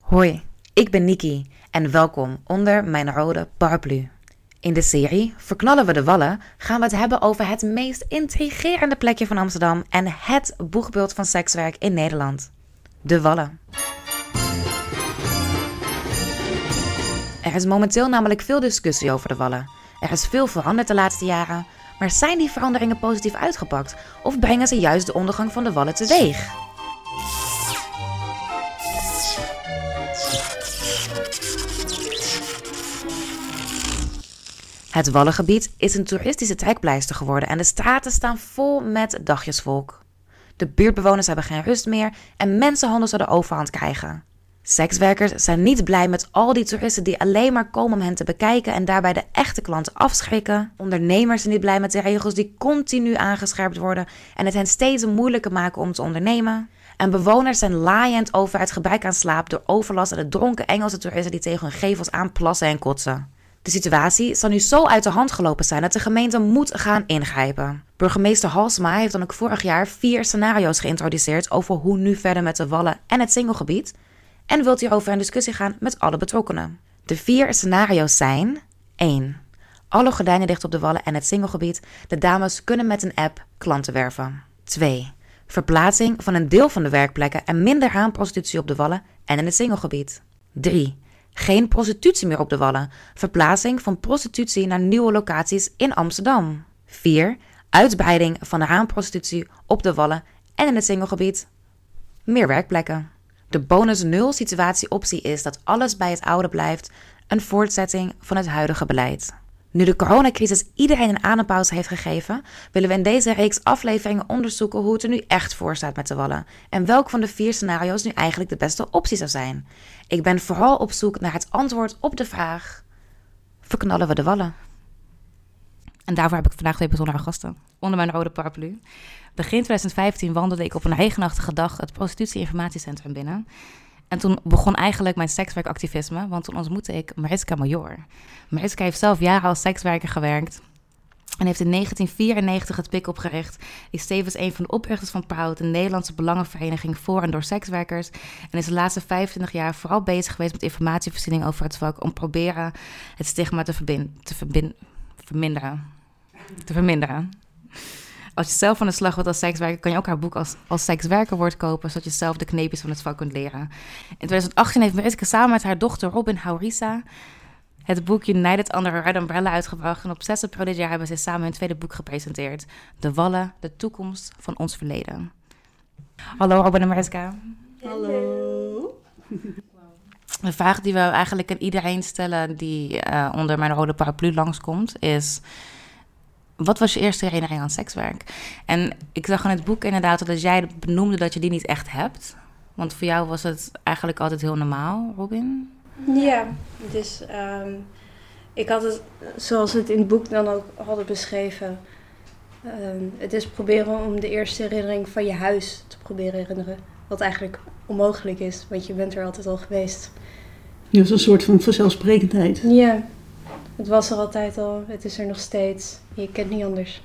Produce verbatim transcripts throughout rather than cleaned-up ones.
Hoi, ik ben Niki en welkom onder mijn rode paraplu. In de serie Verknallen we de Wallen gaan we het hebben over het meest intrigerende plekje van Amsterdam en het boegbeeld van sekswerk in Nederland. De Wallen. Er is momenteel namelijk veel discussie over de Wallen. Er is veel veranderd de laatste jaren, maar zijn die veranderingen positief uitgepakt of brengen ze juist de ondergang van de Wallen teweeg? Het Wallengebied is een toeristische trekpleister geworden en de straten staan vol met dagjesvolk. De buurtbewoners hebben geen rust meer en mensenhandel zou de overhand krijgen. Sekswerkers zijn niet blij met al die toeristen die alleen maar komen om hen te bekijken en daarbij de echte klanten afschrikken. Ondernemers zijn niet blij met de regels die continu aangescherpt worden en het hen steeds moeilijker maken om te ondernemen. En bewoners zijn laaiend over het gebrek aan slaap door overlast en de dronken Engelse toeristen die tegen hun gevels aanplassen en kotsen. De situatie zal nu zo uit de hand gelopen zijn dat de gemeente moet gaan ingrijpen. Burgemeester Halsema heeft dan ook vorig jaar vier scenario's geïntroduceerd over hoe nu verder met de Wallen en het Singelgebied en wilt hierover in discussie gaan met alle betrokkenen. De vier scenario's zijn: één. Alle gordijnen dicht op de Wallen en het Singelgebied. De dames kunnen met een app klanten werven. twee. Verplaatsing van een deel van de werkplekken en minder haanprostitutie op de Wallen en in het Singelgebied. drie. Geen prostitutie meer op de Wallen. Verplaatsing van prostitutie naar nieuwe locaties in Amsterdam. vier. Uitbreiding van de haanprostitutie op de Wallen en in het Singelgebied. Meer werkplekken. De bonus nul situatie optie is dat alles bij het oude blijft, een voortzetting van het huidige beleid. Nu de coronacrisis iedereen een adempauze heeft gegeven, willen we in deze reeks afleveringen onderzoeken hoe het er nu echt voor staat met de Wallen en welk van de vier scenario's nu eigenlijk de beste optie zou zijn. Ik ben vooral op zoek naar het antwoord op de vraag: verknallen we de Wallen? En daarvoor heb ik vandaag twee bijzondere gasten onder mijn rode paraplu. Begin twintig vijftien wandelde ik op een regenachtige dag het prostitutie-informatiecentrum binnen. En toen begon eigenlijk mijn sekswerkactivisme, want toen ontmoette ik Mariska Major. Mariska heeft zelf jaren als sekswerker gewerkt en heeft in negentien vierennegentig het P I C opgericht. Is tevens een van de oprichters van Proud, de Nederlandse belangenvereniging voor en door sekswerkers. En is de laatste vijfentwintig jaar vooral bezig geweest met informatievoorziening over het vak om proberen het stigma te, verbin- te verbin- verminderen. Te verminderen. Als je zelf aan de slag wilt als sekswerker, kan je ook haar boek als, als sekswerker wordt kopen, zodat je zelf de kneepjes van het vak kunt leren. In twintig achttien heeft Mariska samen met haar dochter Robin Haurisa het boek United Under a Red Umbrella uitgebracht. En op zes april dit jaar hebben ze samen hun tweede boek gepresenteerd. De Wallen, de toekomst van ons verleden. Hallo Robin en Mariska. Hallo. De vraag die we eigenlijk aan iedereen stellen die uh, onder mijn rode paraplu langskomt is: wat was je eerste herinnering aan sekswerk? En ik zag in het boek inderdaad dat jij benoemde dat je die niet echt hebt. Want voor jou was het eigenlijk altijd heel normaal, Robin? Ja, dus um, ik had het, zoals we het in het boek dan ook hadden beschreven, um, het is proberen om de eerste herinnering van je huis te proberen herinneren. Wat eigenlijk onmogelijk is, want je bent er altijd al geweest. Ja, zo'n soort van vanzelfsprekendheid. Ja, het was er altijd al, het is er nog steeds. Je kent niet anders.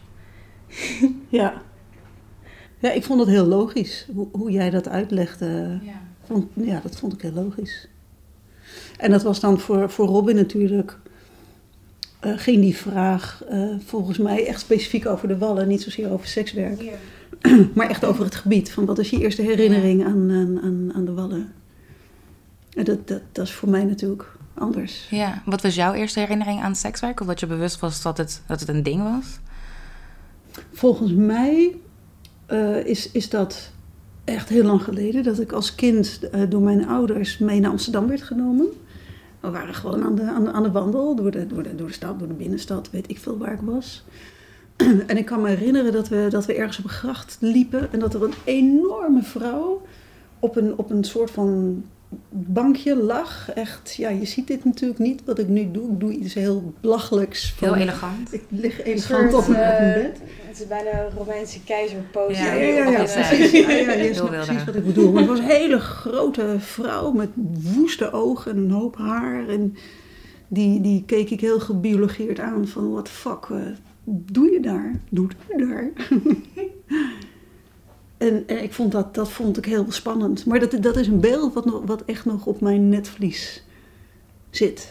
Ja. Ja, ik vond het heel logisch. Hoe, hoe jij dat uitlegde, ja. Vond, ja, dat vond ik heel logisch. En dat was dan voor, voor Robin natuurlijk, uh, ging die vraag uh, volgens mij echt specifiek over de Wallen, niet zozeer over sekswerk. Ja. Maar echt over het gebied, van wat is je eerste herinnering ja. aan, aan, aan de Wallen. En dat, dat, dat is voor mij natuurlijk anders. Ja, wat was jouw eerste herinnering aan sekswerk? Of wat je bewust was dat het, dat het een ding was? Volgens mij uh, is, is dat echt heel lang geleden. Dat ik als kind uh, door mijn ouders mee naar Amsterdam werd genomen. We waren gewoon aan de, aan de, aan de wandel door de, door, de, door de stad, door de binnenstad. Weet ik veel waar ik was. En ik kan me herinneren dat we, dat we ergens op een gracht liepen. En dat er een enorme vrouw op een, op een soort van bankje lag. Echt, ja, je ziet dit natuurlijk niet wat ik nu doe. Ik doe iets heel belachelijks. Heel elegant. Ik lig elegant soort, op mijn uh, bed. Het is bijna een Romeinse keizerpose. Ja, ja, ja, ja, ja, precies. Ja, ja, je snapt precies wat ik bedoel. Maar het was een hele grote vrouw met woeste ogen en een hoop haar. En die, die keek ik heel gebiologeerd aan van, what the fuck, uh, doe je daar? Doet u daar? En, en ik vond dat, dat vond ik heel spannend. Maar dat, dat is een beeld wat, nog, wat echt nog op mijn netvlies zit.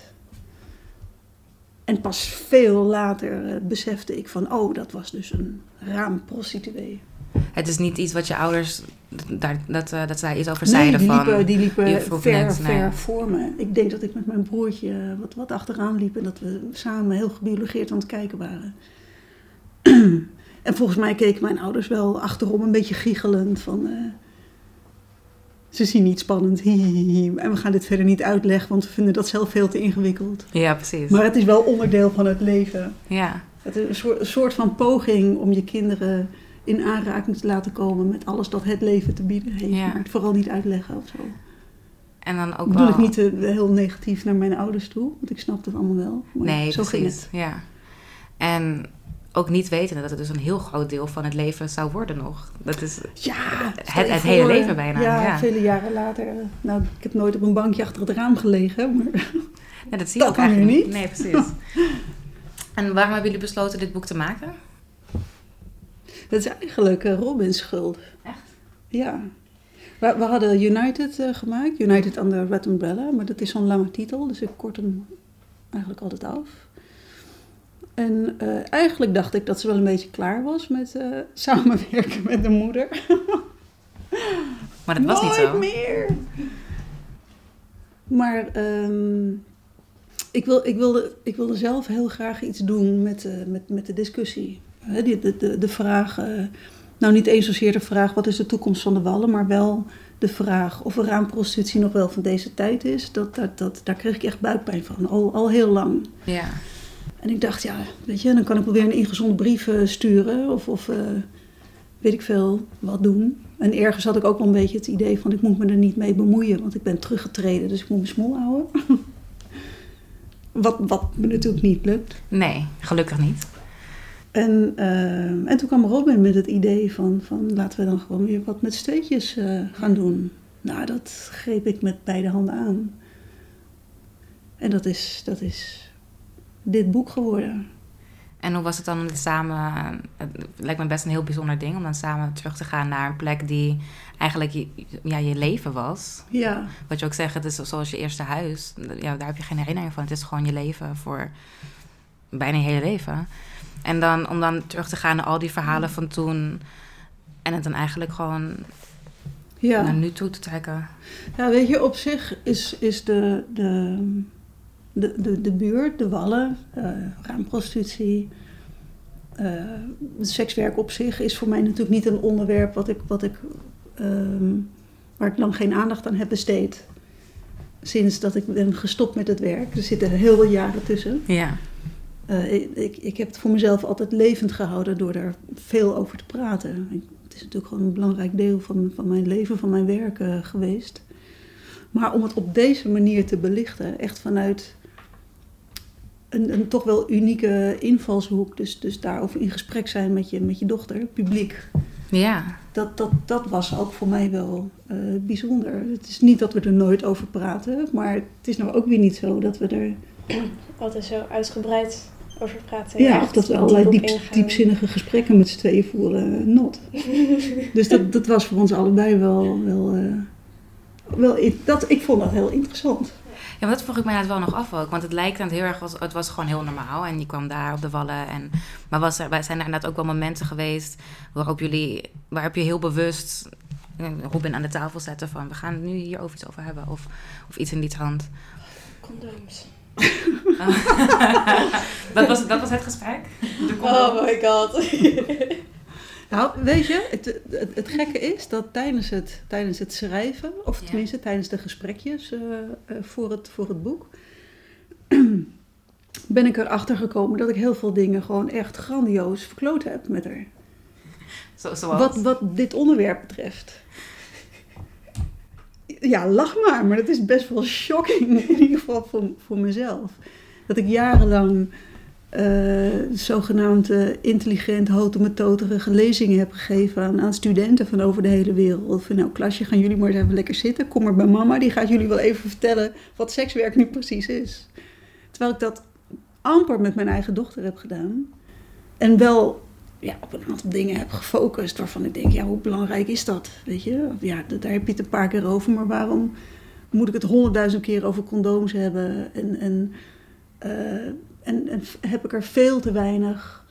En pas veel later uh, besefte ik van, oh, dat was dus een raamprostituee. Het is niet iets wat je ouders, daar, dat, uh, dat zij iets over Nee, zeiden die van... liepen, die liepen ver, niks, nee. ver voor me. Ik denk dat ik met mijn broertje wat, wat achteraan liep en dat we samen heel gebiologeerd aan het kijken waren. En volgens mij keken mijn ouders wel achterom een beetje giechelend van... Uh, ze zien niet spannend, hihihi. En we gaan dit verder niet uitleggen, want we vinden dat zelf veel te ingewikkeld. Ja, precies. Maar het is wel onderdeel van het leven. Ja. Het is een soort, een soort van poging om je kinderen in aanraking te laten komen met alles dat het leven te bieden heeft. Ja. Maar het vooral niet uitleggen of zo. En dan ook bedoel wel... ik niet uh, heel negatief naar mijn ouders toe, want ik snap het allemaal wel. Maar nee, zo precies. ging het. Ja. En ook niet wetende dat het dus een heel groot deel van het leven zou worden nog. Dat is ja, het, het hele leven bijna. Ja, ja, vele jaren later. Nou, ik heb nooit op een bankje achter het raam gelegen, maar ja, dat zie je dat ook kan nu eigenlijk niet. Nee, precies. En waarom hebben jullie besloten dit boek te maken? Dat is eigenlijk uh, Robin's schuld. Echt? Ja. We, we hadden United uh, gemaakt, United Under Red Umbrella, maar dat is zo'n lange titel, dus ik kort hem eigenlijk altijd af. En uh, eigenlijk dacht ik dat ze wel een beetje klaar was met uh, samenwerken met de moeder. Maar dat was Nooit niet zo. meer! Maar um, ik, wil, ik, wilde, ik wilde zelf heel graag iets doen met, uh, met, met de discussie. He, de, de, de, de vraag, uh, nou niet eens zozeer de vraag wat is de toekomst van de Wallen, maar wel de vraag of een raamprostitutie nog wel van deze tijd is. Dat, dat, dat, daar kreeg ik echt buikpijn van, al, al heel lang. Ja. En ik dacht, ja, weet je, dan kan ik wel weer een ingezonden brief uh, sturen of, of uh, weet ik veel, wat doen. En ergens had ik ook wel een beetje het idee van, ik moet me er niet mee bemoeien, want ik ben teruggetreden, dus ik moet me smoel houden. wat, wat me natuurlijk niet lukt. Nee, gelukkig niet. En, uh, en toen kwam Robin met het idee van, van laten we dan gewoon weer wat met steetjes uh, gaan doen. Nou, dat greep ik met beide handen aan. En dat is, dat is dit boek geworden. En hoe was het dan om samen... Het lijkt me best een heel bijzonder ding om dan samen terug te gaan naar een plek die eigenlijk je, ja, je leven was. Ja. Wat je ook zegt, het is zoals je eerste huis. Ja, daar heb je geen herinnering van. Het is gewoon je leven voor bijna je hele leven. En dan om dan terug te gaan naar al die verhalen van toen en het dan eigenlijk gewoon ja. naar nu toe te trekken. Ja, weet je, op zich is, is de, de, de, de, de buurt, de Wallen, uh, raamprostitutie, uh, sekswerk op zich is voor mij natuurlijk niet een onderwerp wat ik, wat ik, um, waar ik lang geen aandacht aan heb besteed. Sinds dat ik ben gestopt met het werk. Er zitten heel veel jaren tussen. Ja. Uh, ik, ik heb het voor mezelf altijd levend gehouden door daar veel over te praten. Ik, het is natuurlijk gewoon een belangrijk deel van, van mijn leven, van mijn werk uh, geweest. Maar om het op deze manier te belichten, echt vanuit een, een toch wel unieke invalshoek. Dus, dus daarover in gesprek zijn met je, met je dochter, publiek. Ja. Dat, dat, dat was ook voor mij wel uh, bijzonder. Het is niet dat we er nooit over praten, maar het is nou ook weer niet zo dat we er altijd zo uitgebreid over praten. Ja, of dat we allerlei diep, diepzinnige gesprekken met z'n tweeën voeren. Not. Dus dat, dat was voor ons allebei wel... wel, uh, wel dat, ik vond dat heel interessant. Ja, maar dat vroeg ik mij inderdaad wel nog af ook. Want het lijkt aan het heel erg... Was, het was gewoon heel normaal. En je kwam daar op de Wallen. En, maar was er, zijn er inderdaad ook wel momenten geweest... waarop jullie... waarop je heel bewust... Robin aan de tafel zetten van... we gaan het nu hier over iets over hebben. Of, of iets in die trant. Condooms. dat, was, dat was het gesprek? Oh my god. Nou, weet je, het, het, het gekke is dat tijdens het, tijdens het schrijven, of tenminste ja. tijdens de gesprekjes uh, uh, voor, het, voor het boek, ben ik erachter gekomen dat ik heel veel dingen gewoon echt grandioos verkloot heb met haar. Zo, zoals? Wat, wat dit onderwerp betreft. Ja, lach maar, maar dat is best wel shocking, in ieder geval voor, voor mezelf. Dat ik jarenlang uh, zogenaamd uh, intelligent, hotemetoterige lezingen heb gegeven aan, aan studenten van over de hele wereld. Van nou, klasje, gaan jullie maar eens even lekker zitten. Kom maar bij mama, die gaat jullie wel even vertellen wat sekswerk nu precies is. Terwijl ik dat amper met mijn eigen dochter heb gedaan. En wel ja, op een aantal dingen heb gefocust waarvan ik denk, ja, hoe belangrijk is dat? Weet je, ja, daar heb je het een paar keer over, maar waarom moet ik het honderdduizend keer over condooms hebben? En, en, uh, en, en heb ik er veel te weinig,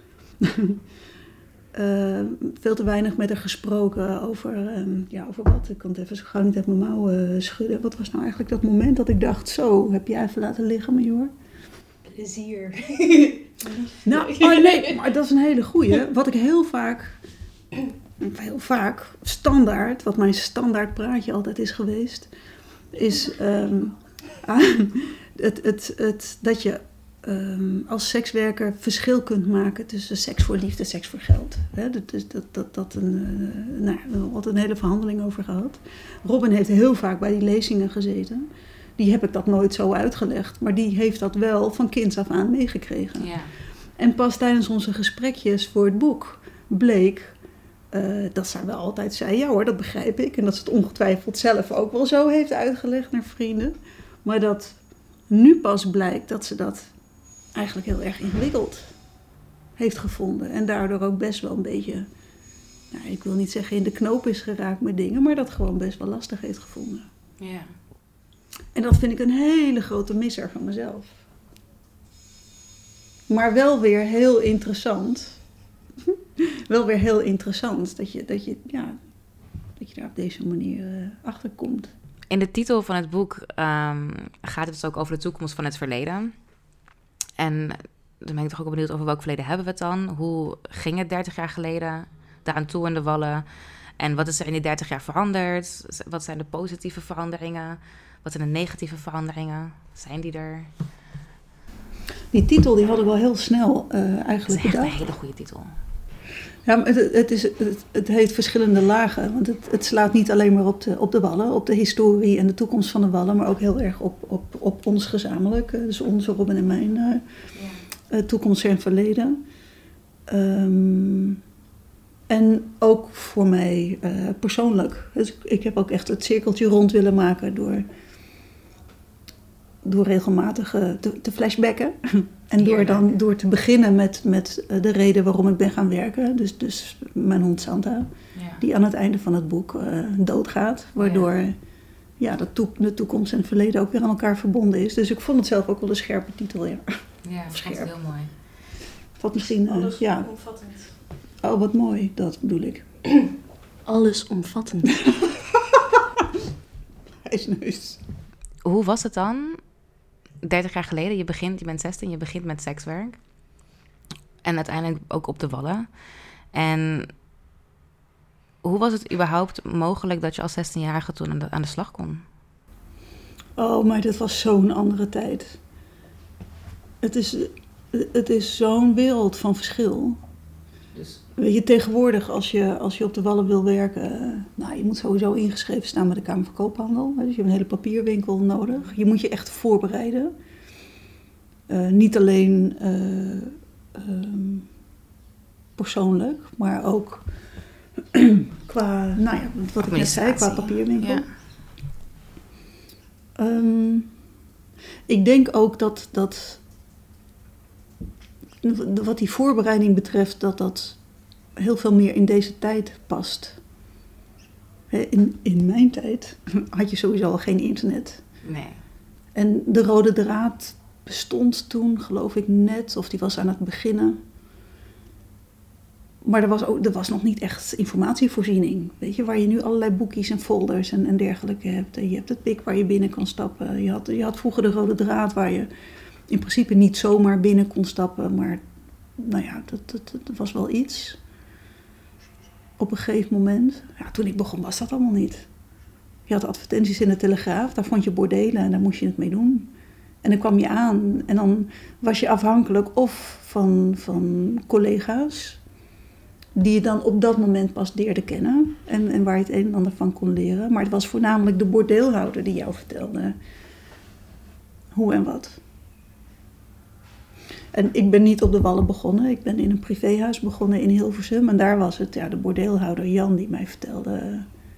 uh, veel te weinig met haar gesproken over, um, ja, over wat? Ik kan het even zo gauw niet uit mijn mouwen schudden. Wat was nou eigenlijk dat moment dat ik dacht, zo, heb je even laten liggen, Major? Plezier. Nou, oh nee, maar dat is een hele goeie. Wat ik heel vaak, heel vaak, standaard, wat mijn standaard praatje altijd is geweest, is um, het, het, het, dat je um, als sekswerker verschil kunt maken tussen seks voor liefde en seks voor geld. He, dat is dat, dat, dat een, uh, nou, we hebben altijd een hele verhandeling over gehad. Robin heeft heel vaak bij die lezingen gezeten. Die heb ik dat nooit zo uitgelegd, maar die heeft dat wel van kinds af aan meegekregen. Ja. En pas tijdens onze gesprekjes voor het boek bleek uh, dat zij wel altijd zei, ja hoor, dat begrijp ik. En dat ze het ongetwijfeld zelf ook wel zo heeft uitgelegd naar vrienden. Maar dat nu pas blijkt dat ze dat eigenlijk heel erg ingewikkeld heeft gevonden. En daardoor ook best wel een beetje, nou, ik wil niet zeggen in de knoop is geraakt met dingen, maar dat gewoon best wel lastig heeft gevonden. Ja. En dat vind ik een hele grote misser van mezelf. Maar wel weer heel interessant. wel weer heel interessant dat je, dat je, ja, dat je daar op deze manier uh, achter komt. In de titel van het boek um, gaat het dus ook over de toekomst van het verleden. En dan ben ik toch ook benieuwd over welk verleden hebben we het dan? Hoe ging het dertig jaar geleden daaraan toe in de Wallen? En wat is er in die dertig jaar veranderd? Wat zijn de positieve veranderingen? Wat zijn de negatieve veranderingen? Zijn die er? Die titel die had ik wel heel snel uh, eigenlijk bedacht. Dat is echt bedacht. Een hele goede titel. Ja, maar het, het, is, het, het heeft verschillende lagen. Want het, het slaat niet alleen maar op de, op de Wallen, op de historie en de toekomst van de Wallen, maar ook heel erg op, op, op ons gezamenlijk. Dus onze, Robin en mijn uh, ja. uh, toekomst en verleden. Um, en ook voor mij uh, persoonlijk. Dus ik, ik heb ook echt het cirkeltje rond willen maken door, door regelmatig uh, te, te flashbacken. En door, dan, door te beginnen met, met de reden waarom ik ben gaan werken. Dus, dus mijn hond Santa, ja. die aan het einde van het boek uh, doodgaat. Waardoor ja. Ja, de, to- de toekomst en het verleden ook weer aan elkaar verbonden is. Dus ik vond het zelf ook wel een scherpe titel. Ja, ja dat is heel mooi. Wat misschien, uh, Alles ja. omvattend. Oh, wat mooi, dat bedoel ik. Alles omvattend. Ijsneus. Hoe was het dan? dertig jaar geleden, je begint, je bent zestien, je begint met sekswerk. En uiteindelijk ook op de Wallen. En hoe was het überhaupt mogelijk dat je als zestienjarige toen aan de, aan de slag kon? Oh, maar dat was zo'n andere tijd. Het is, het is zo'n wereld van verschil. Dus... Weet je, tegenwoordig als je, als je op de Wallen wil werken, nou, je moet sowieso ingeschreven staan bij de Kamer van Koophandel. Dus je hebt een hele papierwinkel nodig. Je moet je echt voorbereiden. Uh, niet alleen uh, um, persoonlijk, maar ook qua, nou ja, wat ik net zei, qua papierwinkel. Ja. Um, ik denk ook dat, dat wat die voorbereiding betreft, dat dat heel veel meer in deze tijd past. In, in mijn tijd had je sowieso al geen internet. Nee. En de rode draad bestond toen, geloof ik, net, of die was aan het beginnen. Maar er was, ook, er was nog niet echt informatievoorziening. Weet je, waar je nu allerlei boekjes en folders en, en dergelijke hebt. En je hebt het pik waar je binnen kan stappen. Je had, je had vroeger de rode draad waar je in principe niet zomaar binnen kon stappen. Maar nou ja, dat, dat, dat was wel iets. Op een gegeven moment. Ja, toen ik begon was dat allemaal niet. Je had advertenties in de Telegraaf. Daar vond je bordelen en daar moest je het mee doen. En dan kwam je aan. En dan was je afhankelijk of van, van collega's. Die je dan op dat moment pas leerde kennen. En, en waar je het een en ander van kon leren. Maar het was voornamelijk de bordeelhouder die jou vertelde hoe en wat. En ik ben niet op de Wallen begonnen. Ik ben in een privéhuis begonnen in Hilversum. En daar was het ja, de bordeelhouder Jan die mij vertelde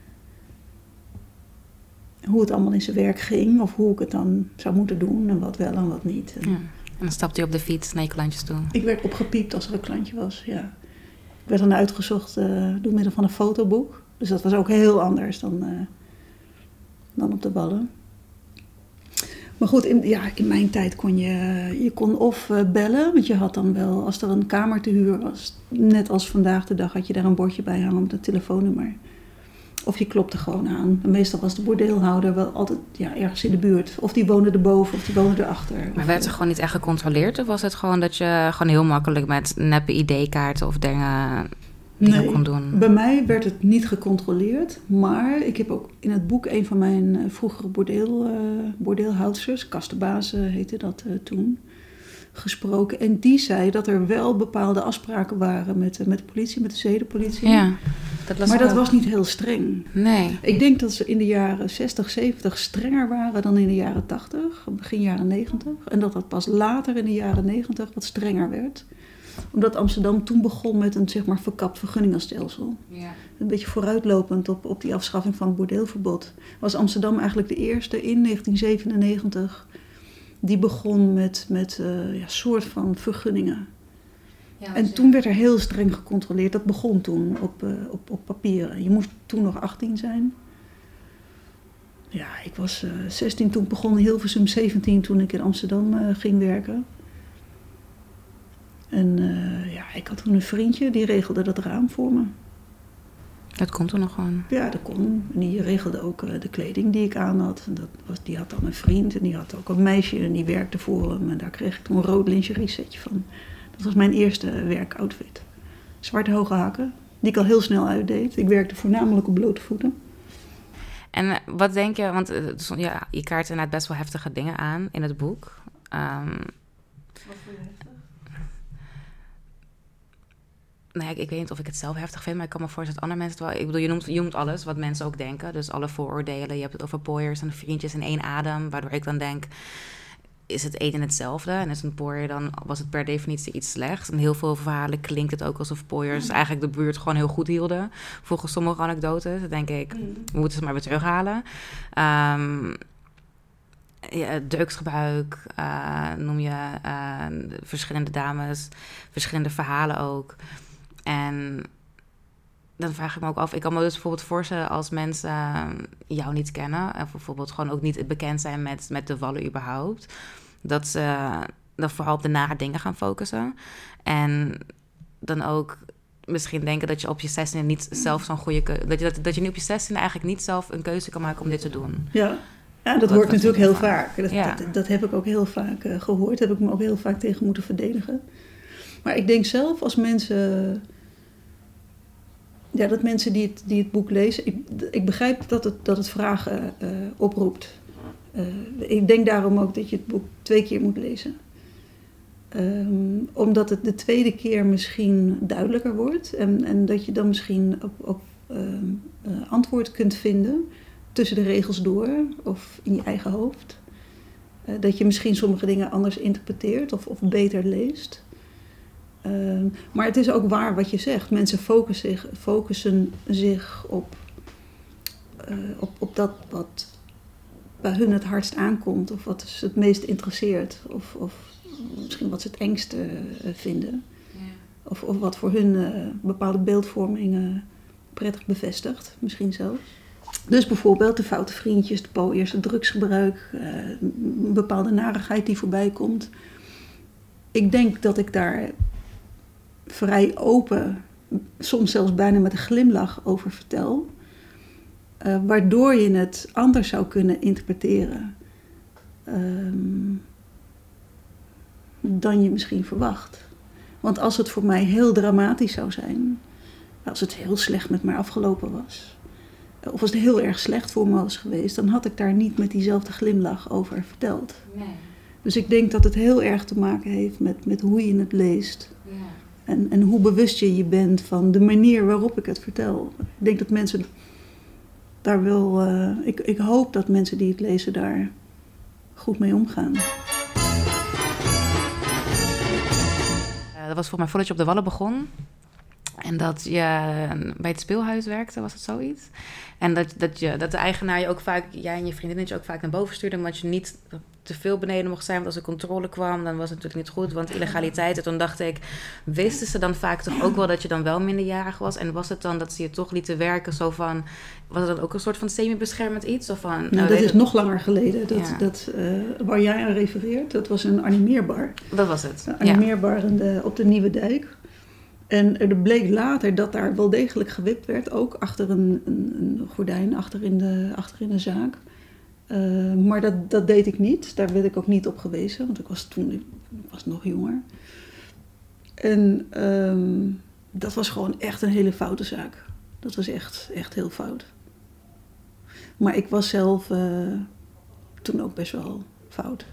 hoe het allemaal in zijn werk ging. Of hoe ik het dan zou moeten doen en wat wel en wat niet. En, ja. En dan stapte je op de fiets naar je klantjes toe. Ik werd opgepiept als er een klantje was, ja. Ik werd dan uitgezocht uh, door middel van een fotoboek. Dus dat was ook heel anders dan, uh, dan op de Wallen. Maar goed, in, ja, in mijn tijd kon je, je kon of uh, bellen, want je had dan wel, als er een kamer te huur was, net als vandaag de dag, had je daar een bordje bij hangen met een telefoonnummer. Of je klopte gewoon aan. En meestal was de bordeelhouder wel altijd ja, ergens in de buurt. Of die woonde erboven of die woonde erachter. Maar werd er gewoon niet echt gecontroleerd? Of was het gewoon dat je gewoon heel makkelijk met neppe I D-kaarten of dingen, dingen nee, kon doen? Bij mij werd het niet gecontroleerd. Maar ik heb ook in het boek een van mijn uh, vroegere bordeel, uh, bordeelhoudsters, Kastenbaas uh, heette dat uh, toen, gesproken. En die zei dat er wel bepaalde afspraken waren met, uh, met de politie, met de zedenpolitie. Ja, dat was maar dat wel... was niet heel streng. Nee. Ik denk dat ze in de jaren zestig, zeventig strenger waren dan in de jaren tachtig, begin jaren negentig. En dat dat pas later in de jaren negentig wat strenger werd. Omdat Amsterdam toen begon met een zeg maar verkapt vergunningenstelsel. Ja. Een beetje vooruitlopend op, op die afschaffing van het bordeelverbod. Was Amsterdam eigenlijk de eerste in negentien zevenennegentig... die begon met, met uh, ja, soort van vergunningen. Ja, en toen werd er heel streng gecontroleerd. Dat begon toen op, uh, op, op papier. Je moest toen nog achttien zijn. Ja, ik was uh, zestien toen begon Hilversum, zeventien toen ik in Amsterdam uh, ging werken. En uh, ja, ik had toen een vriendje, die regelde dat raam voor me. Dat kon toen nog gewoon? Ja, dat kon. En die regelde ook uh, de kleding die ik aan had. En dat was, die had dan een vriend en die had ook een meisje en die werkte voor hem. En daar kreeg ik toen een rood lingerie setje van. Dat was mijn eerste werkoutfit. Zwarte hoge hakken, die ik al heel snel uitdeed. Ik werkte voornamelijk op blote voeten. En wat denk je, want uh, ja, je kaart inderdaad best wel heftige dingen aan in het boek. Um, Wat voor je heftig? Nee, ik, ik weet niet of ik het zelf heftig vind, maar ik kan me voorstellen dat andere mensen het wel... Ik bedoel, je noemt, je noemt alles wat mensen ook denken. Dus alle vooroordelen. Je hebt het over pooiers en vriendjes in één adem. Waardoor ik dan denk, is het een en hetzelfde? En is een pooier dan, was het per definitie iets slechts? In heel veel verhalen klinkt het ook alsof pooiers eigenlijk de buurt gewoon heel goed hielden. Volgens sommige anekdotes. Dan denk ik, we moeten ze maar weer terughalen. Um, Ja, drugsgebruik, uh, noem je uh, verschillende dames, verschillende verhalen ook. En dan vraag ik me ook af, ik kan me dus bijvoorbeeld voorstellen als mensen uh, jou niet kennen, of bijvoorbeeld gewoon ook niet bekend zijn met, met de Wallen überhaupt, dat ze dan vooral op de nare dingen gaan focussen. En dan ook misschien denken dat je op je zestiende niet zelf zo'n goede keuze... Dat je, dat, dat je nu op je zestiende eigenlijk niet zelf een keuze kan maken om dit te doen. Ja. Ja, dat hoort natuurlijk heel vaak. Dat, ja. dat, dat heb ik ook heel vaak uh, gehoord. Daar heb ik me ook heel vaak tegen moeten verdedigen. Maar ik denk zelf als mensen... Ja, dat mensen die het, die het boek lezen... Ik, ik begrijp dat het, dat het vragen uh, oproept. Uh, ik denk daarom ook dat je het boek twee keer moet lezen. Um, omdat het de tweede keer misschien duidelijker wordt. En, en dat je dan misschien op, op uh, uh, antwoord kunt vinden... tussen de regels door of in je eigen hoofd. Uh, dat je misschien sommige dingen anders interpreteert of, of beter leest. Uh, maar het is ook waar wat je zegt. Mensen focussen zich, focussen zich op, uh, op, op dat wat bij hun het hardst aankomt. Of wat ze het meest interesseert. Of, of misschien wat ze het engste uh, vinden. Ja. Of, of wat voor hun uh, bepaalde beeldvormingen prettig bevestigt. Misschien zelfs. Dus bijvoorbeeld de foute vriendjes, de pooiers, het drugsgebruik, uh, een bepaalde narigheid die voorbij komt. Ik denk dat ik daar vrij open, soms zelfs bijna met een glimlach over vertel. Uh, waardoor je het anders zou kunnen interpreteren um, dan je misschien verwacht. Want als het voor mij heel dramatisch zou zijn, als het heel slecht met mij afgelopen was... of als het heel erg slecht voor me was geweest... dan had ik daar niet met diezelfde glimlach over verteld. Nee. Dus ik denk dat het heel erg te maken heeft met, met hoe je het leest. Ja. En, en hoe bewust je je bent van de manier waarop ik het vertel. Ik denk dat mensen daar wel... Uh, ik, ik hoop dat mensen die het lezen daar goed mee omgaan. Uh, dat was voor mij voordat je op de Wallen begon... En dat je bij het speelhuis werkte, was het zoiets? En dat, dat, je, dat de eigenaar je ook vaak, jij en je vriendinnetje ook vaak naar boven stuurde, omdat je niet te veel beneden mocht zijn. Want als er controle kwam, dan was het natuurlijk niet goed. Want illegaliteit. En toen dacht ik, wisten ze dan vaak toch ook wel dat je dan wel minderjarig was? En was het dan dat ze je toch lieten werken zo van, was het dan ook een soort van semi-beschermend iets? Of van, nou, dat is nog langer geleden. Dat, ja. dat, uh, waar jij aan refereert, dat was een animeerbar. Dat was het. Een animeerbar ja. in de, op de Nieuwe Dijk. En er bleek later dat daar wel degelijk gewipt werd, ook achter een, een, een gordijn, achter in de, achter in de zaak. Uh, maar dat, dat deed ik niet. Daar werd ik ook niet op gewezen, want ik was toen ik was nog jonger. En um, dat was gewoon echt een hele foute zaak. Dat was echt, echt heel fout. Maar ik was zelf uh, toen ook best wel fout.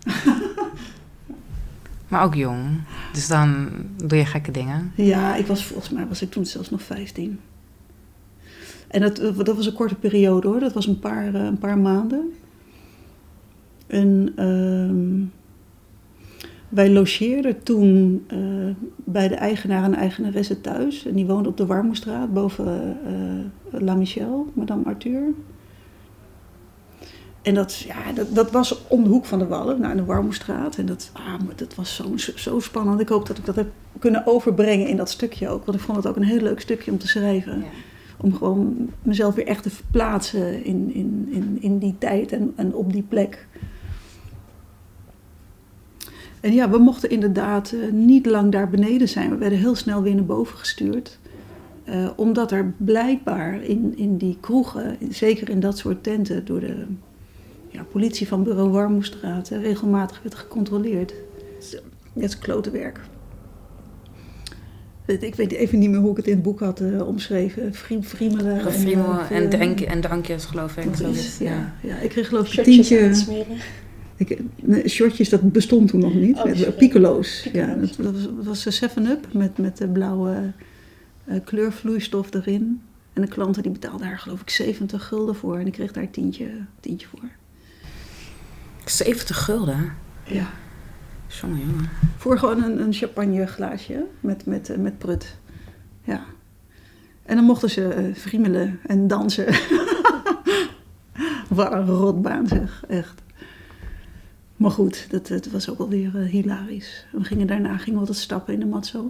Maar ook jong. Dus dan doe je gekke dingen. Ja, ik was, volgens mij was ik toen zelfs nog vijftien. En dat, dat was een korte periode hoor. Dat was een paar, een paar maanden. En uh, wij logeerden toen uh, bij de eigenaar en eigenaresse thuis. En die woonde op de Warmoestraat boven uh, La Michel, Madame Arthur. En dat, ja, dat, dat was om de hoek van de Wallen, naar de Warmoestraat. En dat, ah, dat was zo, zo spannend. Ik hoop dat ik dat heb kunnen overbrengen in dat stukje ook. Want ik vond het ook een heel leuk stukje om te schrijven. Ja. Om gewoon mezelf weer echt te verplaatsen in, in, in, in die tijd en, en op die plek. En ja, we mochten inderdaad uh, niet lang daar beneden zijn. We werden heel snel weer naar boven gestuurd. Uh, omdat er blijkbaar in, in die kroegen, zeker in dat soort tenten, door de ja, politie van bureau Warmoestraat uh, regelmatig werd gecontroleerd. Dat is klote werk. Ik weet even niet meer hoe ik het in het boek had uh, omschreven. Friem, friemelen. Gefriemelen en, en, drank, en drankjes, geloof ik. Is, ja. Ja, ik kreeg geloof ik een tientje. Ik, nee, shortjes, dat bestond toen nog niet. Oh, Piccolo's. Ja, dat, dat was, dat was een seven up met, met de blauwe uh, kleurvloeistof erin. En de klanten die betaalden daar geloof ik zeventig gulden voor. En ik kreeg daar een tientje, tientje voor. zeventig gulden? Ja. Jongen, jongen. Voor gewoon een, een champagneglaasje met, met, uh, met prut. Ja. En dan mochten ze uh, friemelen en dansen. Wat een rotbaan zeg, echt. Maar goed, dat, dat was ook alweer uh, hilarisch. We gingen daarna gingen we altijd stappen in de matzo.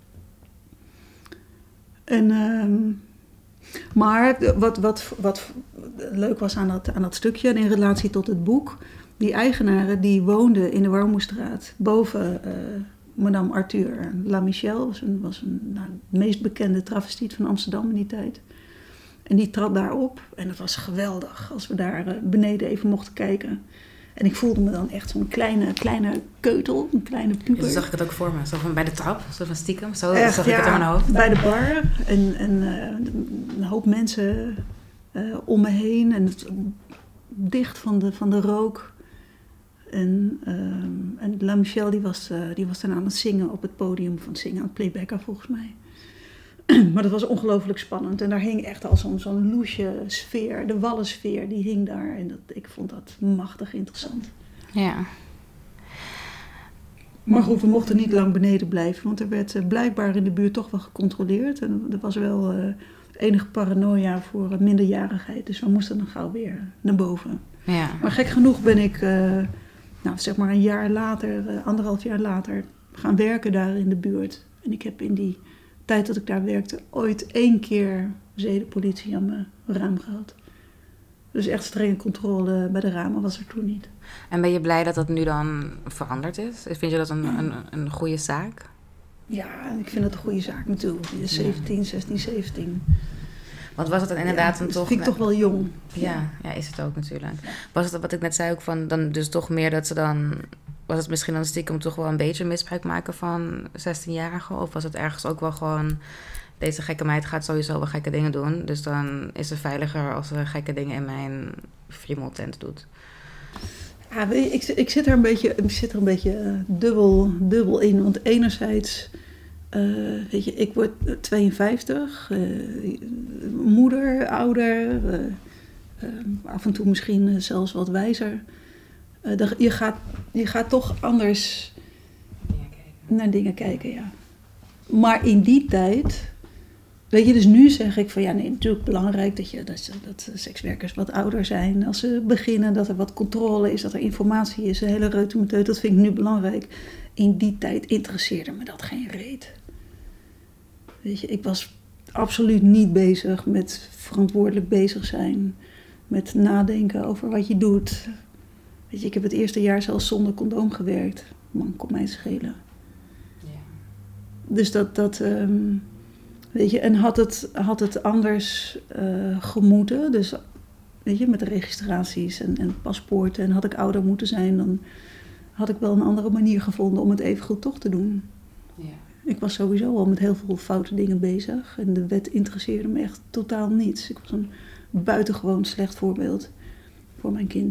En, uh, maar wat, wat, wat leuk was aan dat, aan dat stukje en in relatie tot het boek, die eigenaren die woonden in de Warmoestraat boven uh, Madame Arthur. La Michel was, een, was een, nou, de meest bekende travestiet van Amsterdam in die tijd. En die trad daar op en het was geweldig als we daar uh, beneden even mochten kijken. En ik voelde me dan echt zo'n kleine, kleine keutel, een kleine puber. Zo zag ik het ook voor me, zo van bij de trap, zo van stiekem, zo echt, zag ik ja, het in mijn hoofd. Bij de bar en, en uh, een hoop mensen uh, om me heen en het, dicht van de, van de rook. En, uh, en La Michel die was, uh, die was dan aan het zingen op het podium, van het zingen aan het playbacken volgens mij. Maar dat was ongelooflijk spannend. En daar hing echt al zo'n, zo'n loesje sfeer. De wallensfeer, die hing daar. En dat, ik vond dat machtig interessant. Ja. Maar goed, we mochten niet lang beneden blijven. Want er werd uh, blijkbaar in de buurt toch wel gecontroleerd. En er was wel uh, enige paranoia voor uh, minderjarigheid. Dus we moesten dan gauw weer naar boven. Ja. Maar gek genoeg ben ik, uh, nou zeg maar een jaar later, uh, anderhalf jaar later, gaan werken daar in de buurt. En ik heb in die tijd dat ik daar werkte ooit één keer zedenpolitie aan mijn raam gehad. Dus echt strenge controle bij de ramen was er toen niet. En ben je blij dat dat nu dan veranderd is? Vind je dat een, een, een goede zaak? Ja, ik vind het een goede zaak natuurlijk. zeventien, zestien, zeventien. Want was het dan inderdaad ja, dan dat toch... vind ik toch wel jong. Ja, ja, is het ook natuurlijk. Was het wat ik net zei ook van, dan dus toch meer dat ze dan... Was het misschien dan stiekem toch wel een beetje misbruik maken van zestienjarigen? Of was het ergens ook wel gewoon... Deze gekke meid gaat sowieso wel gekke dingen doen. Dus dan is het veiliger als ze gekke dingen in mijn friemeltent doet. Ja, weet je, ik, ik zit er een beetje, ik zit er een beetje uh, dubbel, dubbel in. Want enerzijds, uh, weet je, ik word tweeënvijftig. Uh, moeder, ouder. Uh, uh, af en toe misschien uh, zelfs wat wijzer. Uh, de, je, gaat, je gaat toch anders dingen naar dingen kijken, ja. Maar in die tijd weet je, dus nu zeg ik van ja, nee, natuurlijk belangrijk dat, je, dat, dat sekswerkers wat ouder zijn als ze beginnen, dat er wat controle is, dat er informatie is, een hele reutemeteut, dat vind ik nu belangrijk. In die tijd interesseerde me dat geen reet. Weet je, ik was absoluut niet bezig met verantwoordelijk bezig zijn, met nadenken over wat je doet. Weet je, ik heb het eerste jaar zelfs zonder condoom gewerkt. Man, kon mij schelen. Ja. Dus dat, dat um, weet je, en had het, had het anders uh, gemoeten, dus weet je, met de registraties en, en paspoorten, en had ik ouder moeten zijn, dan had ik wel een andere manier gevonden om het even goed toch te doen. Ja. Ik was sowieso al met heel veel foute dingen bezig en de wet interesseerde me echt totaal niets. Ik was een buitengewoon slecht voorbeeld voor mijn kind.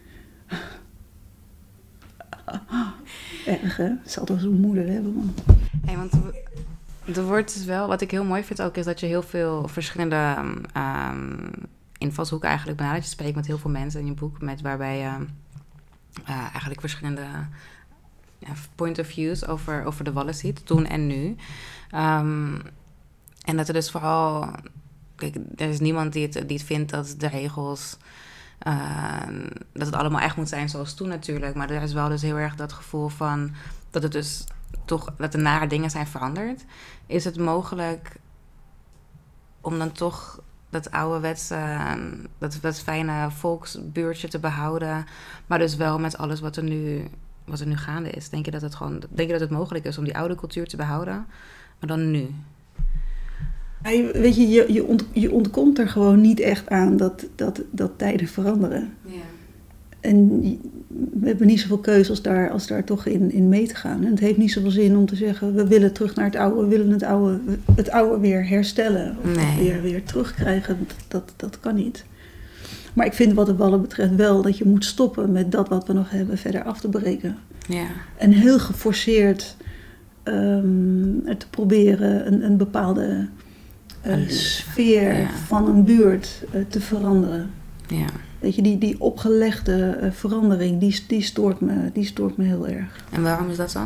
Erg, hè? Het zal toch zo'n moeder hebben, man. Hey, want er wordt dus wel, wat ik heel mooi vind ook, is dat je heel veel verschillende um, invalshoeken eigenlijk benadert. Je spreekt met heel veel mensen in je boek, met waarbij je uh, eigenlijk verschillende ja, point of views over, over de wallen ziet, toen en nu. Um, en dat er dus vooral, kijk, er is niemand die het, die het vindt dat de regels, Uh, dat het allemaal echt moet zijn zoals toen natuurlijk. Maar er is wel dus heel erg dat gevoel van dat het dus toch, dat er nare dingen zijn veranderd. Is het mogelijk om dan toch dat ouderwetse, uh, dat, dat fijne volksbuurtje te behouden, maar dus wel met alles wat er nu, wat er nu gaande is? Denk je dat het gewoon, denk je dat het mogelijk is om die oude cultuur te behouden, maar dan nu? Weet je, je, je, ont, je ontkomt er gewoon niet echt aan dat, dat, dat tijden veranderen. Ja. En we hebben niet zoveel keuze als daar, als daar toch in, in mee te gaan. En het heeft niet zoveel zin om te zeggen, we willen terug naar het oude, we willen het oude, het oude weer herstellen. Of nee. weer, weer terugkrijgen, dat, dat, dat kan niet. Maar ik vind wat de wallen betreft wel dat je moet stoppen met dat wat we nog hebben verder af te breken. Ja. En heel geforceerd um, te proberen een, een bepaalde Uh, sfeer ja. van een buurt uh, te veranderen. Ja. Weet je, die, die opgelegde uh, verandering, die, die, stoort me, die stoort me heel erg. En waarom is dat dan?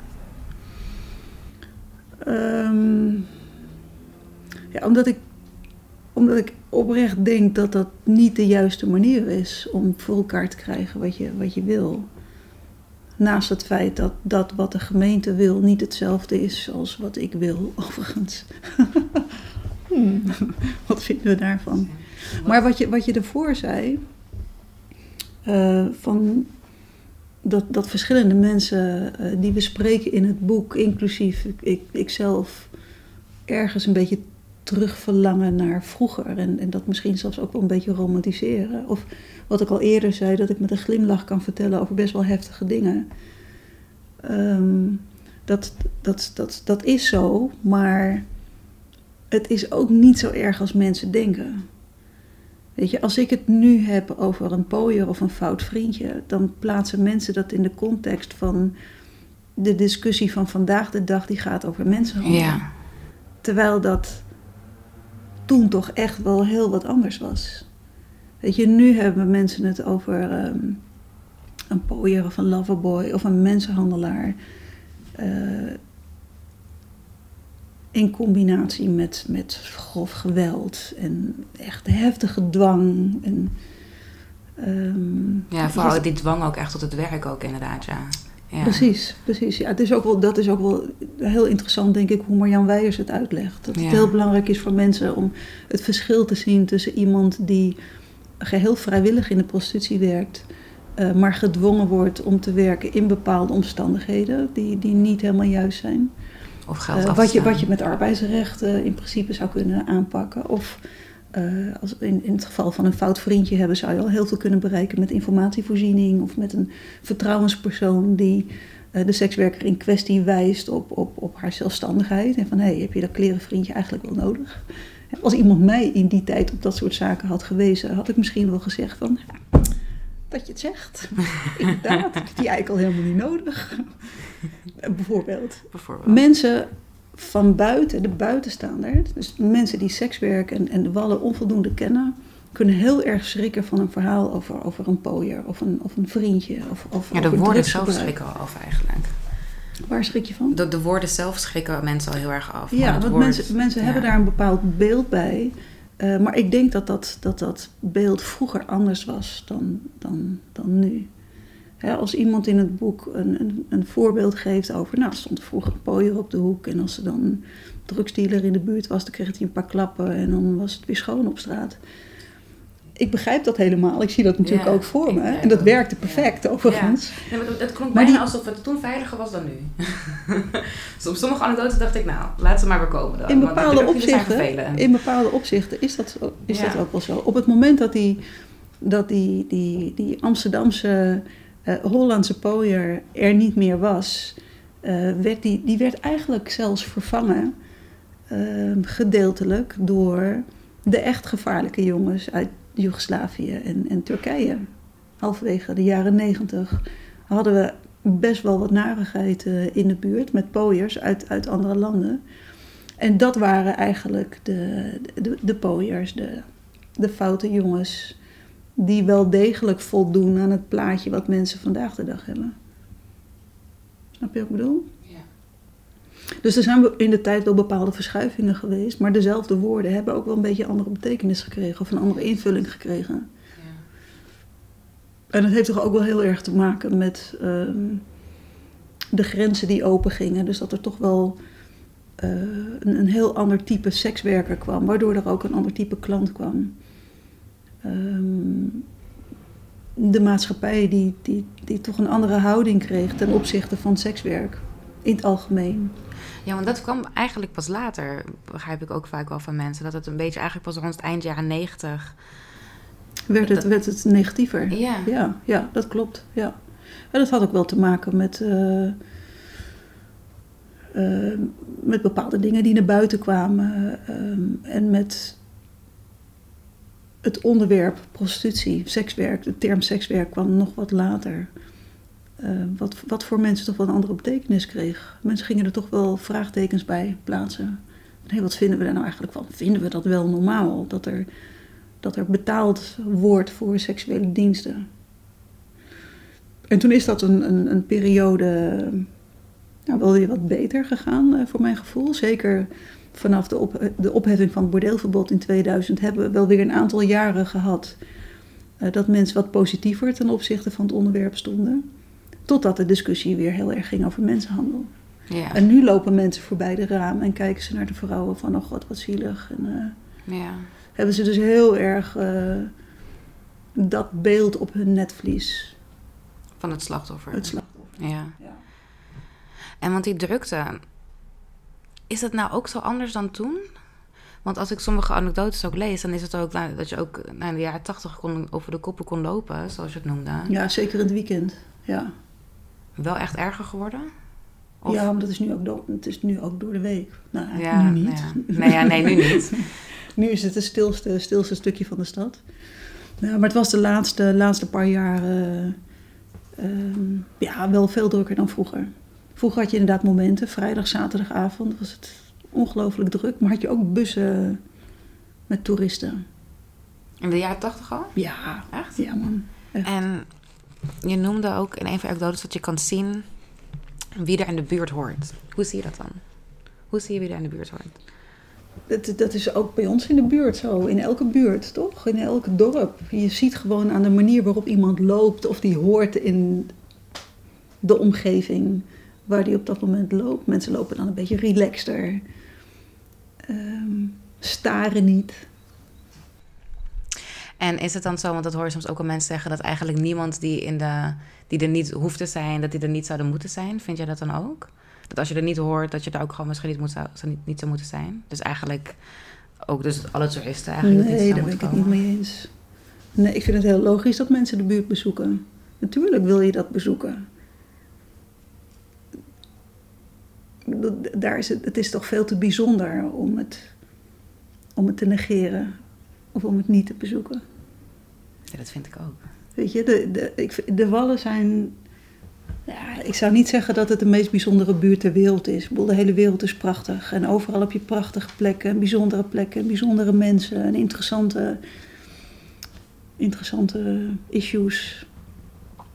Um, ja, omdat ik, omdat ik oprecht denk dat dat niet de juiste manier is om voor elkaar te krijgen wat je, wat je wil. Naast het feit dat dat wat de gemeente wil niet hetzelfde is als wat ik wil, overigens. Hmm, wat vinden we daarvan? Maar wat je, wat je ervoor zei, uh, van dat, dat verschillende mensen uh, die we spreken in het boek, inclusief ik, ikzelf, ergens een beetje terugverlangen naar vroeger. En, en dat misschien zelfs ook wel een beetje romantiseren. Of wat ik al eerder zei, dat ik met een glimlach kan vertellen over best wel heftige dingen. Um, dat, dat, dat, dat is zo, maar het is ook niet zo erg als mensen denken. Weet je, als ik het nu heb over een pooier of een fout vriendje, dan plaatsen mensen dat in de context van de discussie van vandaag de dag die gaat over mensenhandel. Ja. Terwijl dat toen toch echt wel heel wat anders was. Weet je, nu hebben mensen het over um, een pooier of een loverboy of een mensenhandelaar. Uh, in combinatie met, met grof geweld en echt heftige dwang. En, um, ja, vooral die dwang ook echt tot het werk ook inderdaad, ja. Ja. Precies, precies. Ja, het is ook wel, dat is ook wel heel interessant, denk ik, hoe Marjan Weijers het uitlegt. Dat het ja. heel belangrijk is voor mensen om het verschil te zien tussen iemand die geheel vrijwillig in de prostitutie werkt, uh, maar gedwongen wordt om te werken in bepaalde omstandigheden die, die niet helemaal juist zijn. Of geld uh, wat, je, wat je met arbeidsrecht uh, in principe zou kunnen aanpakken. Of uh, als in, in het geval van een fout vriendje hebben, zou je al heel veel kunnen bereiken met informatievoorziening of met een vertrouwenspersoon die uh, de sekswerker in kwestie wijst op, op, op haar zelfstandigheid. En van, hé, hey, heb je dat klerenvriendje eigenlijk wel nodig? Als iemand mij in die tijd op dat soort zaken had gewezen, had ik misschien wel gezegd van, ja, dat je het zegt. Inderdaad, ik heb die eigenlijk al helemaal niet nodig. Bijvoorbeeld. Bijvoorbeeld. Mensen van buiten, de buitenstaander, dus mensen die seks werken en, en de wallen onvoldoende kennen, kunnen heel erg schrikken van een verhaal over, over een pooier of een, of een vriendje. Of, of ja, daar worden zelf schrikken al over eigenlijk. Waar schrik je van? De, de woorden zelf schrikken mensen al heel erg af. Ja, het want woord, mensen, mensen ja. hebben daar een bepaald beeld bij. Uh, maar ik denk dat dat, dat dat beeld vroeger anders was dan, dan, dan nu. Hè, als iemand in het boek een, een, een voorbeeld geeft over... Nou, er stond vroeger een pooier op de hoek... en als er dan een drugsdealer in de buurt was... dan kreeg hij een paar klappen en dan was het weer schoon op straat. Ik begrijp dat helemaal. Ik zie dat natuurlijk ja, ook voor me. ja, en dat werkte perfect, ja. overigens. Ja. Nee, maar het klonk maar bijna die, alsof het toen veiliger was dan nu. Op sommige anekdotes dacht ik, nou, laat ze maar weer komen dan. In bepaalde, opzichten, in bepaalde opzichten is, dat, is ja. dat ook wel zo. Op het moment dat die, dat die, die, die Amsterdamse, uh, Hollandse pooier er niet meer was... Uh, werd die, die werd eigenlijk zelfs vervangen... Uh, gedeeltelijk door de echt gevaarlijke jongens uit Joegoslavië en, en Turkije. Halverwege de jaren negentig hadden we best wel wat narigheid uh, in de buurt met pooiers uit, uit andere landen. En dat waren eigenlijk de, de, de pooiers, de, de foute jongens, die wel degelijk voldoen aan het plaatje wat mensen vandaag de dag hebben. Snap je wat ik bedoel? Ja. Dus er zijn in de tijd wel bepaalde verschuivingen geweest, maar dezelfde woorden hebben ook wel een beetje andere betekenis gekregen of een andere invulling gekregen. Ja. En dat heeft toch ook wel heel erg te maken met um, de grenzen die open gingen. Dus dat er toch wel uh, een, een heel ander type sekswerker kwam, waardoor er ook een ander type klant kwam. Um, de maatschappij die, die, die toch een andere houding kreeg ten opzichte van sekswerk in het algemeen. Ja, want dat kwam eigenlijk pas later, begrijp ik ook vaak wel van mensen. Dat het een beetje eigenlijk pas rond het eind jaren negentig... Werd het, dat... werd het negatiever. Ja. Ja, ja, dat klopt. Ja. En dat had ook wel te maken met, uh, uh, met bepaalde dingen die naar buiten kwamen. Uh, en met het onderwerp prostitutie, sekswerk. De term sekswerk kwam nog wat later. Uh, wat, wat voor mensen toch wel een andere betekenis kreeg. Mensen gingen er toch wel vraagtekens bij plaatsen. Hey, wat vinden we daar nou eigenlijk van? Vinden we dat wel normaal? Dat er, dat er betaald wordt voor seksuele diensten. En toen is dat een, een, een periode nou, wel weer wat beter gegaan, uh, voor mijn gevoel. Zeker vanaf de, op, de opheffing van het bordeelverbod in tweeduizend hebben we wel weer een aantal jaren gehad uh, dat mensen wat positiever ten opzichte van het onderwerp stonden. Totdat de discussie weer heel erg ging over mensenhandel. Ja. En nu lopen mensen voorbij de ramen en kijken ze naar de vrouwen van, oh god, wat zielig. En uh, ja. hebben ze dus heel erg uh, dat beeld op hun netvlies. Van het slachtoffer. Het slachtoffer. Ja. Ja. En want die drukte, is dat nou ook zo anders dan toen? Want als ik sommige anekdotes ook lees, dan is het ook nou, dat je ook nou, in de jaren tachtig kon, over de koppen kon lopen, zoals je het noemde. Ja, zeker in het weekend. Ja. Wel echt erger geworden? Of? Ja, maar dat is nu ook, do- het is nu ook door de week. Nou, ja, nu niet. Ja. Nee, ja, nee, nu niet. Nu is het het stilste, stilste stukje van de stad. Ja, maar het was de laatste, laatste paar jaren uh, um, ja, wel veel drukker dan vroeger. Vroeger had je inderdaad momenten, vrijdag, zaterdagavond was het ongelooflijk druk. Maar had je ook bussen met toeristen. In de jaren tachtig al? Ja. Echt? Ja, man. Echt. En je noemde ook in een van je anekdotes dat je kan zien wie er in de buurt hoort. Hoe zie je dat dan? Hoe zie je wie er in de buurt hoort? Dat, dat is ook bij ons in de buurt zo. In elke buurt, toch? In elk dorp. Je ziet gewoon aan de manier waarop iemand loopt of die hoort in de omgeving waar die op dat moment loopt. Mensen lopen dan een beetje relaxter. Um, staren niet. En is het dan zo, want dat hoor je soms ook al mensen zeggen, dat eigenlijk niemand die, in de, die er niet hoeft te zijn, dat die er niet zouden moeten zijn? Vind jij dat dan ook? Dat als je er niet hoort, dat je daar ook gewoon misschien niet, moet, zou, niet, niet zou moeten zijn? Dus eigenlijk ook dus alle toeristen eigenlijk nee, niet daar ben ik het niet mee eens. Nee, ik vind het heel logisch dat mensen de buurt bezoeken. Natuurlijk wil je dat bezoeken. Daar is het, het is toch veel te bijzonder om het, om het te negeren of om het niet te bezoeken. Ja, dat vind ik ook. Weet je, de, de, ik, de Wallen zijn... Ja, ik zou niet zeggen dat het de meest bijzondere buurt ter wereld is. Ik bedoel, de hele wereld is prachtig. En overal heb je prachtige plekken, bijzondere plekken, bijzondere mensen en interessante, interessante issues.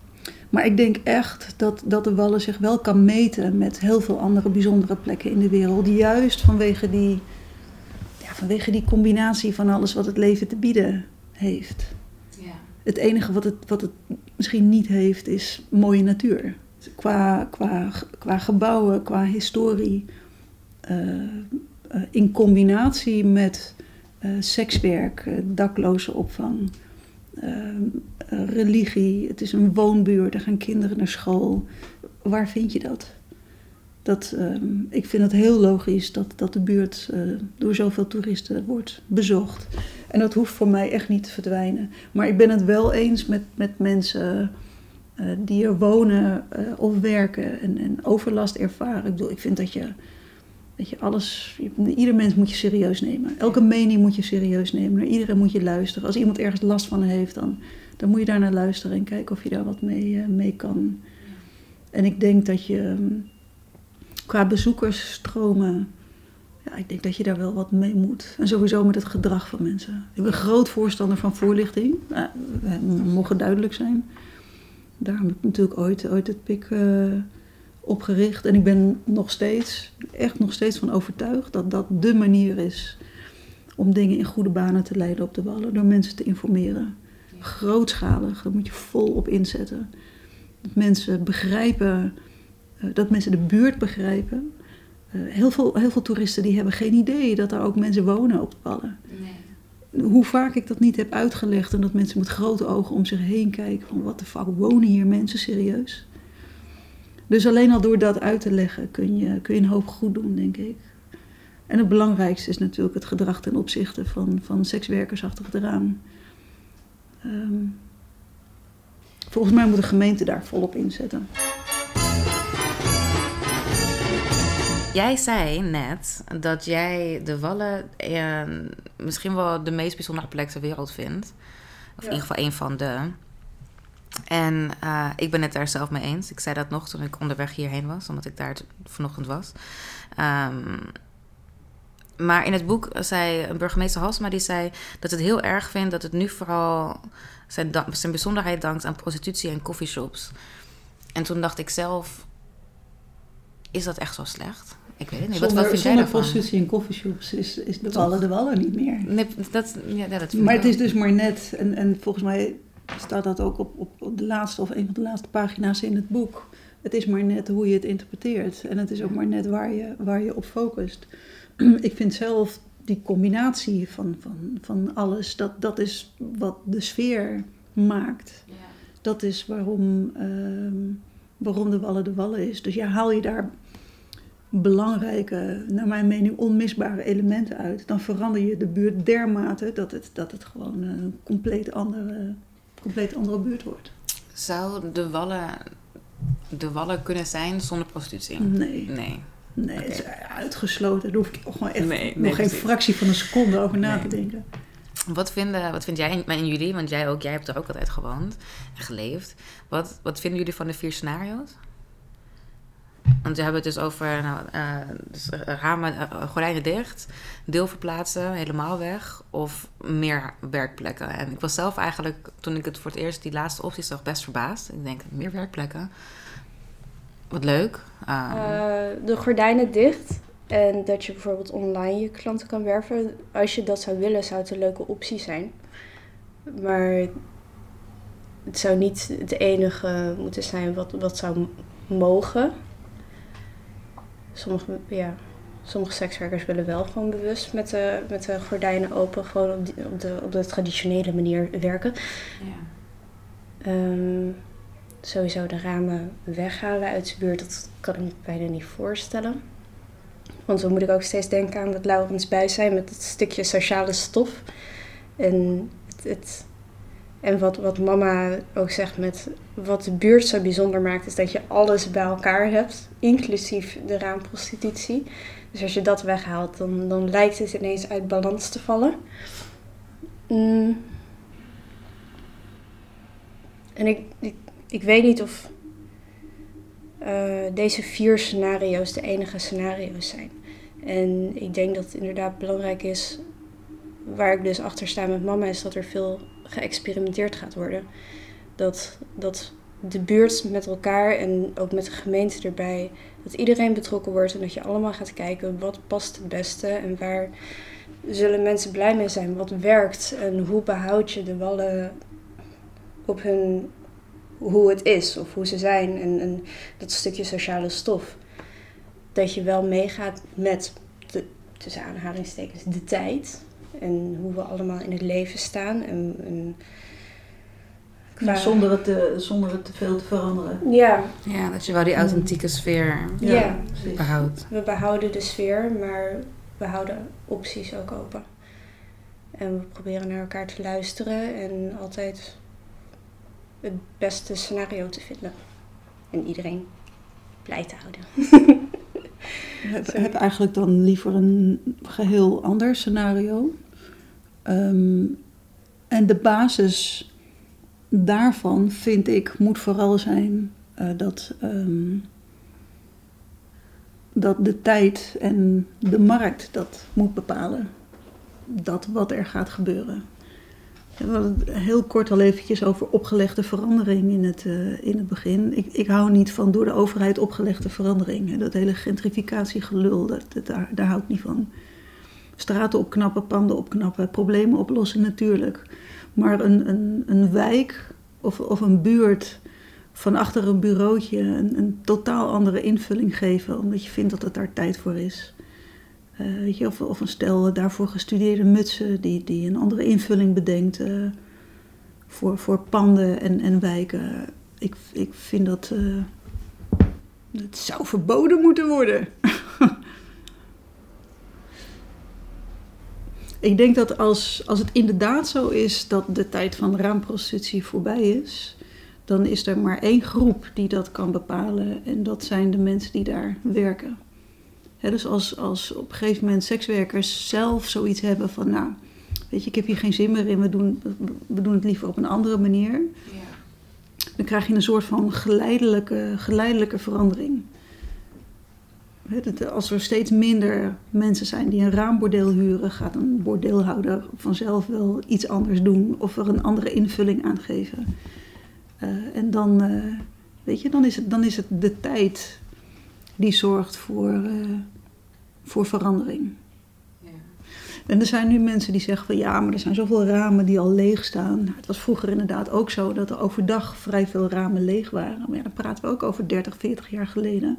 Maar ik denk echt dat, dat de Wallen zich wel kan meten met heel veel andere bijzondere plekken in de wereld. Juist vanwege die, ja, vanwege die combinatie van alles wat het leven te bieden heeft. Ja. Het enige wat het, wat het misschien niet heeft is mooie natuur. Qua, qua, qua gebouwen, qua historie. Uh, uh, in combinatie met uh, sekswerk, uh, dakloze opvang, uh, uh, religie. Het is een woonbuurt, er gaan kinderen naar school. Waar vind je dat? dat uh, ik vind het heel logisch dat, dat de buurt uh, door zoveel toeristen wordt bezocht. En dat hoeft voor mij echt niet te verdwijnen. Maar ik ben het wel eens met, met mensen uh, die er wonen uh, of werken en, en overlast ervaren. Ik bedoel, ik vind dat je... Dat je alles, ieder mens moet je serieus nemen. Elke mening moet je serieus nemen. Naar iedereen moet je luisteren. Als iemand ergens last van heeft, dan, dan moet je daar naar luisteren en kijken of je daar wat mee, uh, mee kan. En ik denk dat je um, qua bezoekersstromen, ja, ik denk dat je daar wel wat mee moet. En sowieso met het gedrag van mensen. Ik ben groot voorstander van voorlichting. Uh, we mogen duidelijk zijn. Daarom heb ik natuurlijk ooit, ooit het P I C Uh, opgericht. En ik ben nog steeds, echt nog steeds van overtuigd dat dat de manier is om dingen in goede banen te leiden op de Wallen. Door mensen te informeren. Ja. Grootschalig, daar moet je vol op inzetten. Dat mensen begrijpen, uh, dat mensen de buurt begrijpen. Uh, heel veel, heel veel toeristen die hebben geen idee dat er ook mensen wonen op de Wallen. Nee. Hoe vaak ik dat niet heb uitgelegd en dat mensen met grote ogen om zich heen kijken van wat de fuck, wonen hier mensen serieus? Dus alleen al door dat uit te leggen kun je, kun je een hoop goed doen, denk ik. En het belangrijkste is natuurlijk het gedrag ten opzichte van, van sekswerkers achter het raam. Um, volgens mij moet de gemeente daar volop inzetten. Jij zei net dat jij de Wallen eh, misschien wel de meest bijzondere plek ter wereld vindt. Of ja. in ieder geval een van de... En uh, ik ben het daar zelf mee eens. Ik zei dat nog toen ik onderweg hierheen was, omdat ik daar t- vanochtend was. Um, maar in het boek zei burgemeester Halsema, die zei dat het heel erg vindt dat het nu vooral zijn, da- zijn bijzonderheid dankt aan prostitutie en coffeeshops. En toen dacht ik zelf, is dat echt zo slecht? Ik weet het niet. Zonder, wat, wat vind jij zonder daarvan? prostitutie en coffeeshops is, is de Wallen de Wallen niet meer. Nee, dat, ja, dat maar het is dus maar net, en, en volgens mij staat dat ook op, op, op de laatste of een van de laatste pagina's in het boek. Het is maar net hoe je het interpreteert. En het is ook maar net waar je, waar je op focust. Ik vind zelf die combinatie van, van, van alles, dat, dat is wat de sfeer maakt. Ja. Dat is waarom, uh, waarom de Wallen de Wallen is. Dus ja, haal je daar belangrijke, naar mijn mening onmisbare elementen uit, dan verander je de buurt dermate dat het, dat het gewoon een compleet andere... compleet andere buurt wordt. Zou de Wallen, de Wallen kunnen zijn zonder prostitutie? Nee. Nee. Nee, okay. Het is uitgesloten. Daar hoef ik gewoon echt nee, nog nee, geen fractie van een seconde over na nee. te denken. Wat, vinden, wat vind jij en jullie, want jij ook, jij hebt er ook altijd gewoond en geleefd. Wat, wat vinden jullie van de vier scenario's? Want we hebben het dus over nou, uh, dus ramen, uh, gordijnen dicht, deel verplaatsen, helemaal weg of meer werkplekken. En ik was zelf eigenlijk, toen ik het voor het eerst die laatste optie zag, best verbaasd. Ik denk, meer werkplekken. Wat leuk. Um, uh, de gordijnen dicht en dat je bijvoorbeeld online je klanten kan werven. Als je dat zou willen, zou het een leuke optie zijn. Maar het zou niet het enige moeten zijn wat, wat zou mogen. Sommige, ja, sommige sekswerkers willen wel gewoon bewust met de, met de gordijnen open, gewoon op, die, op, de, op de traditionele manier werken. Ja. Um, sowieso de ramen weghalen uit de buurt, dat kan ik me bijna niet voorstellen. Want dan moet ik ook steeds denken aan wat Laurens Buijs zei met het stukje sociale stof. En, het, het, en wat, wat mama ook zegt met wat de buurt zo bijzonder maakt, is dat je alles bij elkaar hebt, inclusief de raamprostitutie. Dus als je dat weghaalt, dan, dan lijkt het ineens uit balans te vallen. Mm. En ik, ik, ik weet niet of uh, deze vier scenario's de enige scenario's zijn. En ik denk dat het inderdaad belangrijk is, waar ik dus achter sta met mama, is dat er veel geëxperimenteerd gaat worden. Dat, dat de buurt met elkaar en ook met de gemeente erbij, dat iedereen betrokken wordt en dat je allemaal gaat kijken wat past het beste en waar zullen mensen blij mee zijn, wat werkt en hoe behoud je de wallen op hun, hoe het is of hoe ze zijn en, en dat stukje sociale stof. Dat je wel meegaat met, de, tussen aanhalingstekens, de tijd en hoe we allemaal in het leven staan en, en Ja, zonder, het te, zonder het te veel te veranderen. Ja. Ja, dat je wel die authentieke sfeer ja, ja. behoudt. We behouden de sfeer, maar we houden opties ook open. En we proberen naar elkaar te luisteren en altijd het beste scenario te vinden. En iedereen blij te houden. Ik heb eigenlijk dan liever een geheel ander scenario. Um, en de basis daarvan, vind ik, moet vooral zijn uh, dat, um, dat de tijd en de markt dat moet bepalen. Dat wat er gaat gebeuren. We hadden het heel kort al eventjes over opgelegde verandering in het, uh, in het begin. Ik, ik hou niet van door de overheid opgelegde verandering. Dat hele gentrificatiegelul, dat, dat, daar, daar hou ik niet van. Straten opknappen, panden opknappen, problemen oplossen natuurlijk. Maar een, een, een wijk of, of een buurt van achter een bureautje een, een totaal andere invulling geven, omdat je vindt dat het daar tijd voor is. Uh, weet je, of, of een stel daarvoor gestudeerde mutsen die, die een andere invulling bedenkt uh, voor, voor panden en, en wijken. Ik, ik vind dat uh, het zou verboden moeten worden. Ik denk dat als, als het inderdaad zo is dat de tijd van raamprostitutie voorbij is, dan is er maar één groep die dat kan bepalen en dat zijn de mensen die daar werken. He, dus als, als op een gegeven moment sekswerkers zelf zoiets hebben van, nou, weet je, ik heb hier geen zin meer in, we doen, we doen het liever op een andere manier. Ja. Dan krijg je een soort van geleidelijke, geleidelijke verandering. Als er steeds minder mensen zijn die een raambordeel huren, gaat een bordeelhouder vanzelf wel iets anders doen of er een andere invulling aan geven. Uh, en dan, uh, weet je, dan is het, dan is het de tijd die zorgt voor, uh, voor verandering. Ja. En er zijn nu mensen die zeggen van ja, maar er zijn zoveel ramen die al leeg staan. Het was vroeger inderdaad ook zo dat er overdag vrij veel ramen leeg waren. Maar ja, dan praten we ook over dertig, veertig jaar geleden.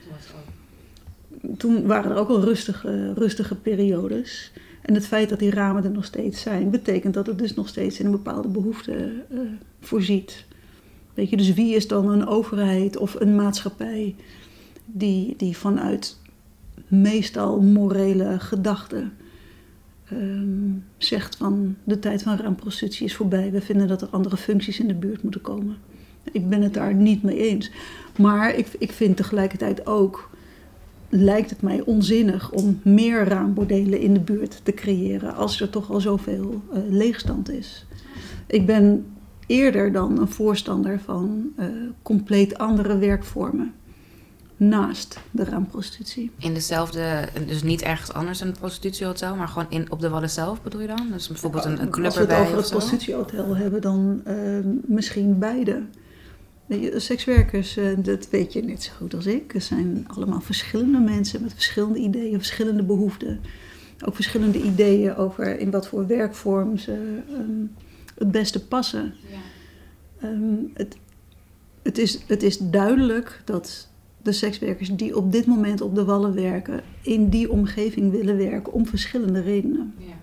Toen waren er ook al rustige, rustige periodes. En het feit dat die ramen er nog steeds zijn, betekent dat het dus nog steeds in een bepaalde behoefte uh, voorziet. Weet je, dus wie is dan een overheid of een maatschappij die, die vanuit meestal morele gedachten um, zegt van de tijd van raamprostitutie is voorbij. We vinden dat er andere functies in de buurt moeten komen. Ik ben het daar niet mee eens. Maar ik, ik vind tegelijkertijd ook, lijkt het mij onzinnig om meer raambordelen in de buurt te creëren als er toch al zoveel uh, leegstand is. Ik ben eerder dan een voorstander van uh, compleet andere werkvormen naast de raamprostitutie. In dezelfde, dus niet ergens anders een prostitutiehotel, maar gewoon in, op de Wallen zelf bedoel je dan? Dus bijvoorbeeld een, een club als we het erbij over het prostitutiehotel hebben, dan uh, misschien beide. Sekswerkers, dat weet je net zo goed als ik. Er zijn allemaal verschillende mensen met verschillende ideeën, verschillende behoeften. Ook verschillende ideeën over in wat voor werkvorm ze um, het beste passen. Ja. Um, het, het, is, het is duidelijk dat de sekswerkers die op dit moment op de Wallen werken, in die omgeving willen werken om verschillende redenen. Ja.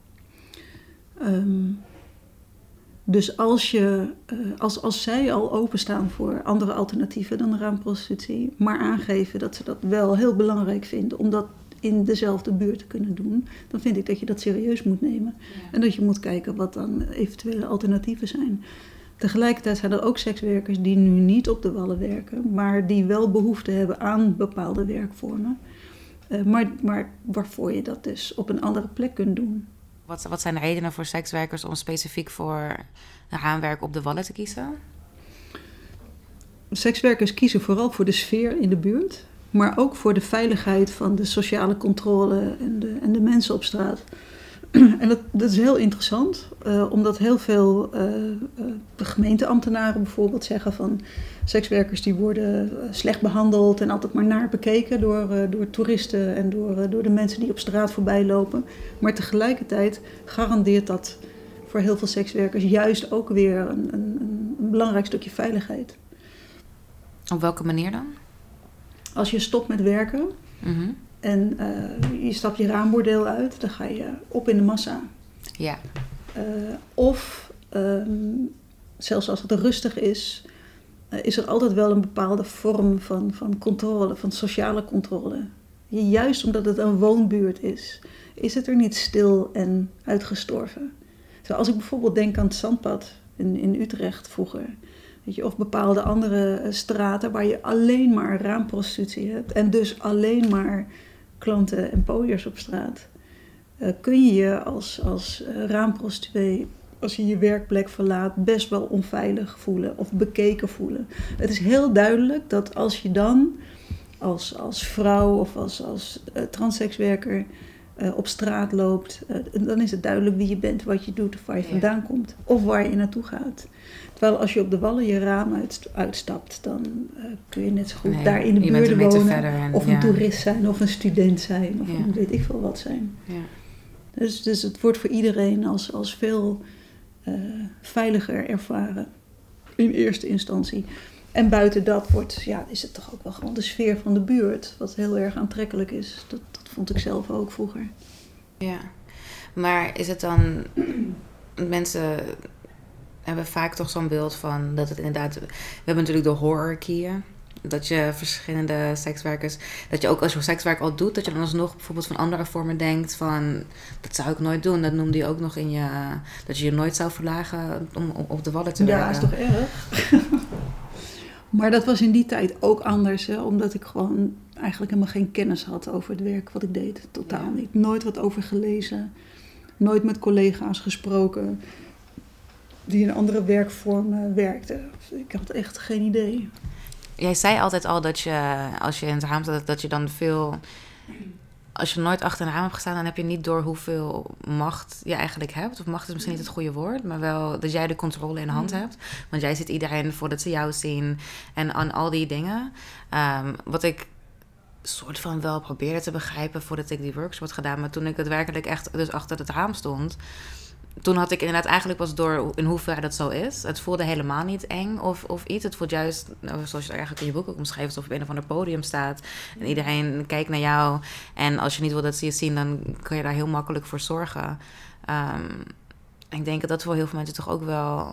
Um, Dus als, je, als, als zij al openstaan voor andere alternatieven dan de raamprostitutie, maar aangeven dat ze dat wel heel belangrijk vinden om dat in dezelfde buurt te kunnen doen, dan vind ik dat je dat serieus moet nemen. Ja. En dat je moet kijken wat dan eventuele alternatieven zijn. Tegelijkertijd zijn er ook sekswerkers die nu niet op de Wallen werken, maar die wel behoefte hebben aan bepaalde werkvormen. Uh, maar, maar waarvoor je dat dus op een andere plek kunt doen. Wat, wat zijn de redenen voor sekswerkers om specifiek voor een raamwerk op de Wallen te kiezen? Sekswerkers kiezen vooral voor de sfeer in de buurt, maar ook voor de veiligheid van de sociale controle en de, en de mensen op straat. En dat, dat is heel interessant, uh, omdat heel veel uh, uh, gemeenteambtenaren bijvoorbeeld zeggen van sekswerkers die worden uh, slecht behandeld en altijd maar naar bekeken door, uh, door toeristen en door, uh, door de mensen die op straat voorbij lopen. Maar tegelijkertijd garandeert dat voor heel veel sekswerkers juist ook weer een, een, een belangrijk stukje veiligheid. Op welke manier dan? Als je stopt met werken... Mm-hmm. En uh, je stapt je raambordeel uit, dan ga je op in de massa. Ja. Uh, of, um, zelfs als het rustig is, uh, is er altijd wel een bepaalde vorm van, van controle, van sociale controle. Juist omdat het een woonbuurt is, is het er niet stil en uitgestorven. Zo, als ik bijvoorbeeld denk aan het Zandpad in, in Utrecht vroeger... Weet je, of bepaalde andere uh, straten waar je alleen maar raamprostitutie hebt... en dus alleen maar klanten en pooiers op straat... Uh, kun je je als, als uh, raamprostituee, als je je werkplek verlaat... best wel onveilig voelen of bekeken voelen. Het is heel duidelijk dat als je dan als, als vrouw of als, als uh, transsekswerker... Uh, op straat loopt, uh, dan is het duidelijk wie je bent, wat je doet of waar je ja. vandaan komt. Of waar je naartoe gaat. Terwijl als je op de Wallen je raam uit, uitstapt, dan uh, kun je net zo goed nee, daar in de buurt wonen. En, of ja. een toerist zijn, of een student zijn, of ja. een weet ik veel wat zijn. Ja. Dus, dus het wordt voor iedereen als, als veel uh, veiliger ervaren. In eerste instantie. En buiten dat wordt, ja, is het toch ook wel gewoon de sfeer van de buurt, wat heel erg aantrekkelijk is. Dat, dat vond ik zelf ook vroeger. Ja, maar is het dan, mensen hebben vaak toch zo'n beeld van dat het inderdaad, we hebben natuurlijk de horrorkieën. Dat je verschillende sekswerkers, dat je ook als je sekswerk al doet, dat je dan alsnog bijvoorbeeld van andere vormen denkt van, dat zou ik nooit doen. Dat noemde je ook nog in je, dat je je nooit zou verlagen om, om op de Wallen te werken. Ja, is toch erg? Maar dat was in die tijd ook anders, hè, omdat ik gewoon eigenlijk helemaal geen kennis had over het werk wat ik deed. Totaal ja. niet. Nooit wat over gelezen. Nooit met collega's gesproken die in andere werkvormen werkten. Ik had echt geen idee. Jij zei altijd al dat je, als je in het raam staat, dat je dan veel... Als je nooit achter een raam hebt gestaan, dan heb je niet door hoeveel macht je eigenlijk hebt. Of macht is misschien niet het goede woord, maar wel dat jij de controle in hand hebt. Want jij ziet iedereen voordat ze jou zien en aan al die dingen. Um, wat ik soort van wel probeerde te begrijpen voordat ik die workshop had gedaan. Maar toen ik het werkelijk echt dus achter het raam stond, toen had ik inderdaad eigenlijk pas door in hoeverre dat zo is. Het voelde helemaal niet eng of, of iets. Het voelt juist, zoals je het eigenlijk in je boek ook omschrijft, alsof je op een of ander podium staat. En iedereen kijkt naar jou. En als je niet wil dat ze je zien, dan kun je daar heel makkelijk voor zorgen. Um, ik denk dat dat voor heel veel mensen toch ook wel...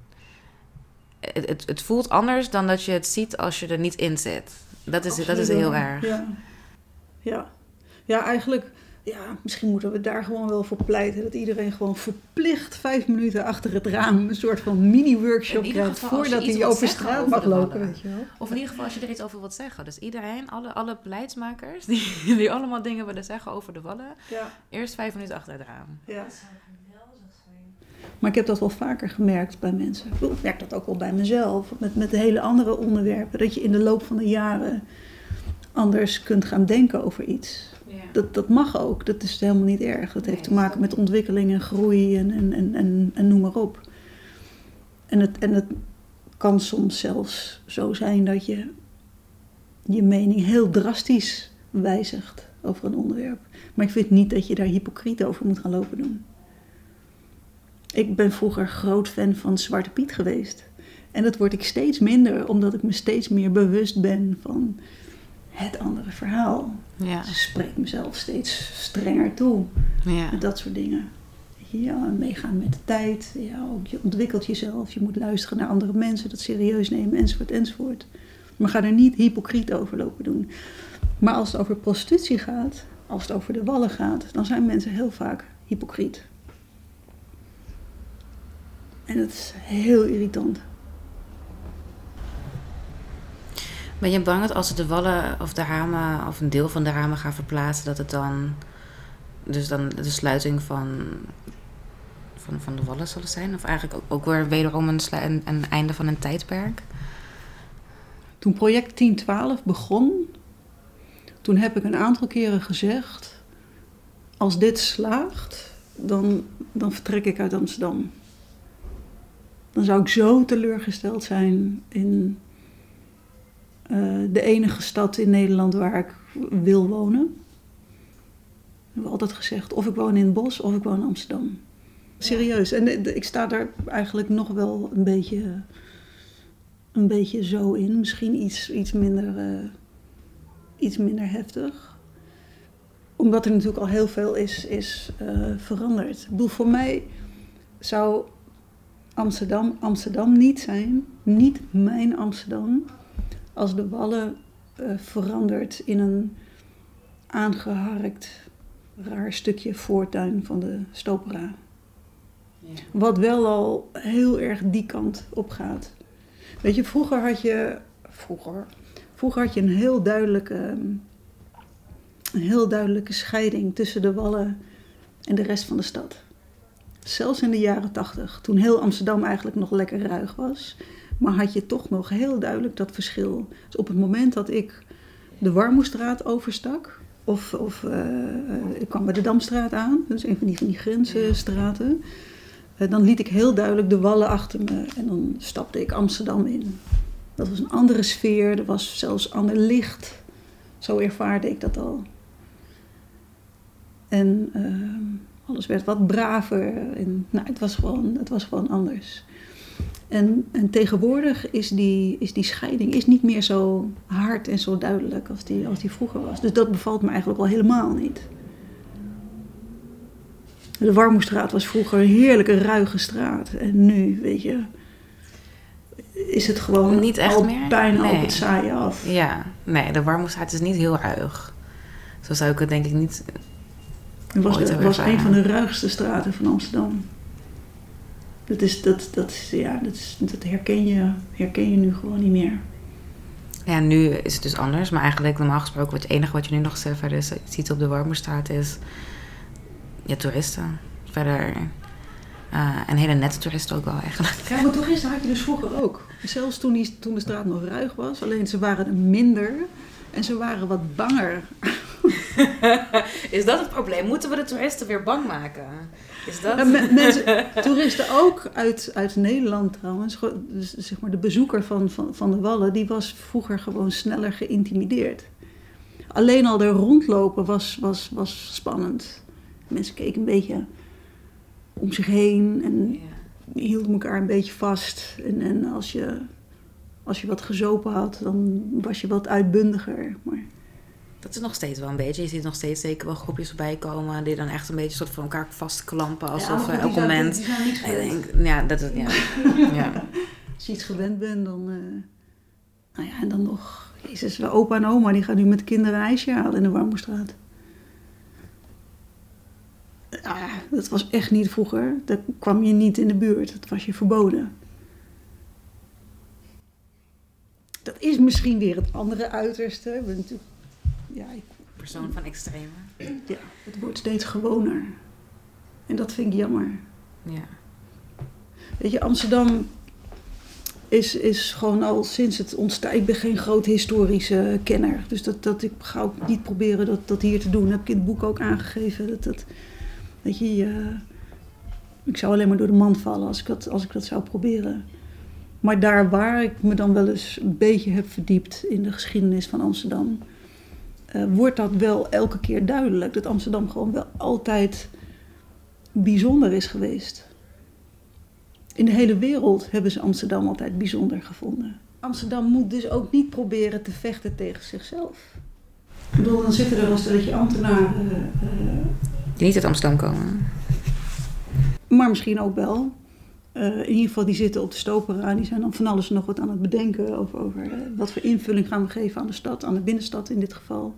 Het, het, het voelt anders dan dat je het ziet als je er niet in zit. Dat is, dat is heel erg. Ja, ja. ja eigenlijk... Ja, misschien moeten we daar gewoon wel voor pleiten. Dat iedereen gewoon verplicht vijf minuten achter het raam een soort van mini-workshop krijgt voordat hij over straat mag lopen. Weet je wel. Of in ieder geval als je er iets over wilt zeggen. Dus iedereen, alle, alle beleidsmakers die, die allemaal dingen willen zeggen over de Wallen. Ja. Eerst vijf minuten achter het raam. Ja. Dat zou geweldig zijn. Maar ik heb dat wel vaker gemerkt bij mensen. Ik merk dat ook wel bij mezelf. Met, met de hele andere onderwerpen. Dat je in de loop van de jaren anders kunt gaan denken over iets. Ja. Dat, dat mag ook, dat is helemaal niet erg. Dat heeft nee, te maken met ontwikkeling en groei en, en, en, en, en noem maar op. En het, en het kan soms zelfs zo zijn dat je je mening heel drastisch wijzigt over een onderwerp. Maar ik vind niet dat je daar hypocriet over moet gaan lopen doen. Ik ben vroeger groot fan van Zwarte Piet geweest. En dat word ik steeds minder, omdat ik me steeds meer bewust ben van het andere verhaal. Ja. Dus ik spreek mezelf steeds strenger toe. Ja. Dat soort dingen. Ja, meegaan met de tijd. Ja, ook je ontwikkelt jezelf. Je moet luisteren naar andere mensen. Dat serieus nemen, enzovoort, enzovoort. Maar ga er niet hypocriet over lopen doen. Maar als het over prostitutie gaat, als het over de Wallen gaat, dan zijn mensen heel vaak hypocriet. En dat is heel irritant. Ben je bang dat als ze de Wallen of de ramen of een deel van de ramen gaan verplaatsen, dat het dan dus dan de sluiting van, van, van de Wallen zal zijn? Of eigenlijk ook, ook weer wederom een, een, een einde van een tijdperk? Toen project tien twaalf begon, toen heb ik een aantal keren gezegd, als dit slaagt, dan, dan vertrek ik uit Amsterdam. Dan zou ik zo teleurgesteld zijn in uh, de enige stad in Nederland waar ik wil wonen. We hebben altijd gezegd, of ik woon in het bos of ik woon in Amsterdam. Serieus. En de, de, ik sta daar eigenlijk nog wel een beetje, een beetje zo in. Misschien iets, iets, minder, uh, iets minder heftig. Omdat er natuurlijk al heel veel is, is uh, veranderd. Ik bedoel, voor mij zou Amsterdam Amsterdam niet zijn. Niet mijn Amsterdam. Als de Wallen uh, verandert in een aangeharkt, raar stukje voortuin van de Stopera. Ja. Wat wel al heel erg die kant op gaat. Weet je, vroeger had je... Vroeger, vroeger had je een heel duidelijke... Een heel duidelijke scheiding tussen de Wallen en de rest van de stad. Zelfs in de jaren tachtig, toen heel Amsterdam eigenlijk nog lekker ruig was. Maar had je toch nog heel duidelijk dat verschil. Dus op het moment dat ik de Warmoestraat overstak... Of, of uh, ik kwam bij de Damstraat aan, dat is een van die, van die grensstraten. Uh, dan liet ik heel duidelijk de Wallen achter me en dan stapte ik Amsterdam in. Dat was een andere sfeer, er was zelfs ander licht. Zo ervaarde ik dat al. En uh, alles werd wat braver. En, nou, het, was gewoon, het was gewoon anders. En, en tegenwoordig is die, is die scheiding is niet meer zo hard en zo duidelijk als die, als die vroeger was. Dus dat bevalt me eigenlijk al helemaal niet. De Warmoestraat was vroeger een heerlijke ruige straat. En nu, weet je, is het gewoon niet echt al meer? bijna Nee. op het saaie af. Ja, nee, de Warmoestraat is niet heel ruig. Zo zou ik het denk ik niet... Het was, ooit het hebben was ervaren. een van de ruigste straten van Amsterdam. Dat, is, dat, dat, is, ja, dat, is, dat herken, je, herken je nu gewoon niet meer. Ja, nu is het dus anders. Maar eigenlijk normaal gesproken, wat het enige wat je nu nog verder ziet op de Warmoestraat is... Ja, toeristen. Verder... Uh, en hele nette toeristen ook wel eigenlijk. Ja, maar toeristen had je dus vroeger ook. Zelfs toen, die, toen de straat nog ruig was. Alleen ze waren er minder. En ze waren wat banger. Is dat het probleem? Moeten we de toeristen weer bang maken? Is dat... Ja, me, mensen, toeristen ook uit, uit Nederland trouwens. Dus, zeg maar de bezoeker van, van, van de Wallen, die was vroeger gewoon sneller geïntimideerd. Alleen al er rondlopen was, was, was spannend. Mensen keken een beetje om zich heen en ja. hielden elkaar een beetje vast. En, en als, je, als je wat gezopen had, dan was je wat uitbundiger. Maar... Dat is nog steeds wel een beetje. Je ziet nog steeds zeker wel groepjes voorbij komen die dan echt een beetje soort van elkaar vastklampen. Alsof ja, elk moment... Die zijn niet gewend. Denk, ja, dat is... Ja. ja. Als je iets gewend bent, dan... Uh, nou ja, en dan nog... Jezus, opa en oma die gaan nu met kinderen een ijsje halen in de Warmoestraat. Ja, dat was echt niet vroeger. Daar kwam je niet in de buurt. Dat was je verboden. Dat is misschien weer het andere uiterste. We natuurlijk... Ja, ik... Persoon van extreme. Ja, het wordt steeds gewoner. En dat vind ik jammer. Ja. Weet je, Amsterdam is, is gewoon al sinds het ontstaan... Ik ben geen groot historische kenner. Dus dat, dat, ik ga ook niet proberen dat, dat hier te doen. Dat heb ik in het boek ook aangegeven. Dat, dat, weet je, uh, ik zou alleen maar door de mand vallen als ik, dat, als ik dat zou proberen. Maar daar waar ik me dan wel eens een beetje heb verdiept in de geschiedenis van Amsterdam... Uh, wordt dat wel elke keer duidelijk. Dat Amsterdam gewoon wel altijd bijzonder is geweest. In de hele wereld hebben ze Amsterdam altijd bijzonder gevonden. Amsterdam moet dus ook niet proberen te vechten tegen zichzelf. Ik bedoel, dan zitten er een stelletje ambtenaren... Uh, uh, die niet uit Amsterdam komen. Maar misschien ook wel. Uh, in ieder geval, die zitten op de Stopera. Die zijn dan van alles nog wat aan het bedenken over, over uh, wat voor invulling gaan we geven aan de stad, aan de binnenstad in dit geval.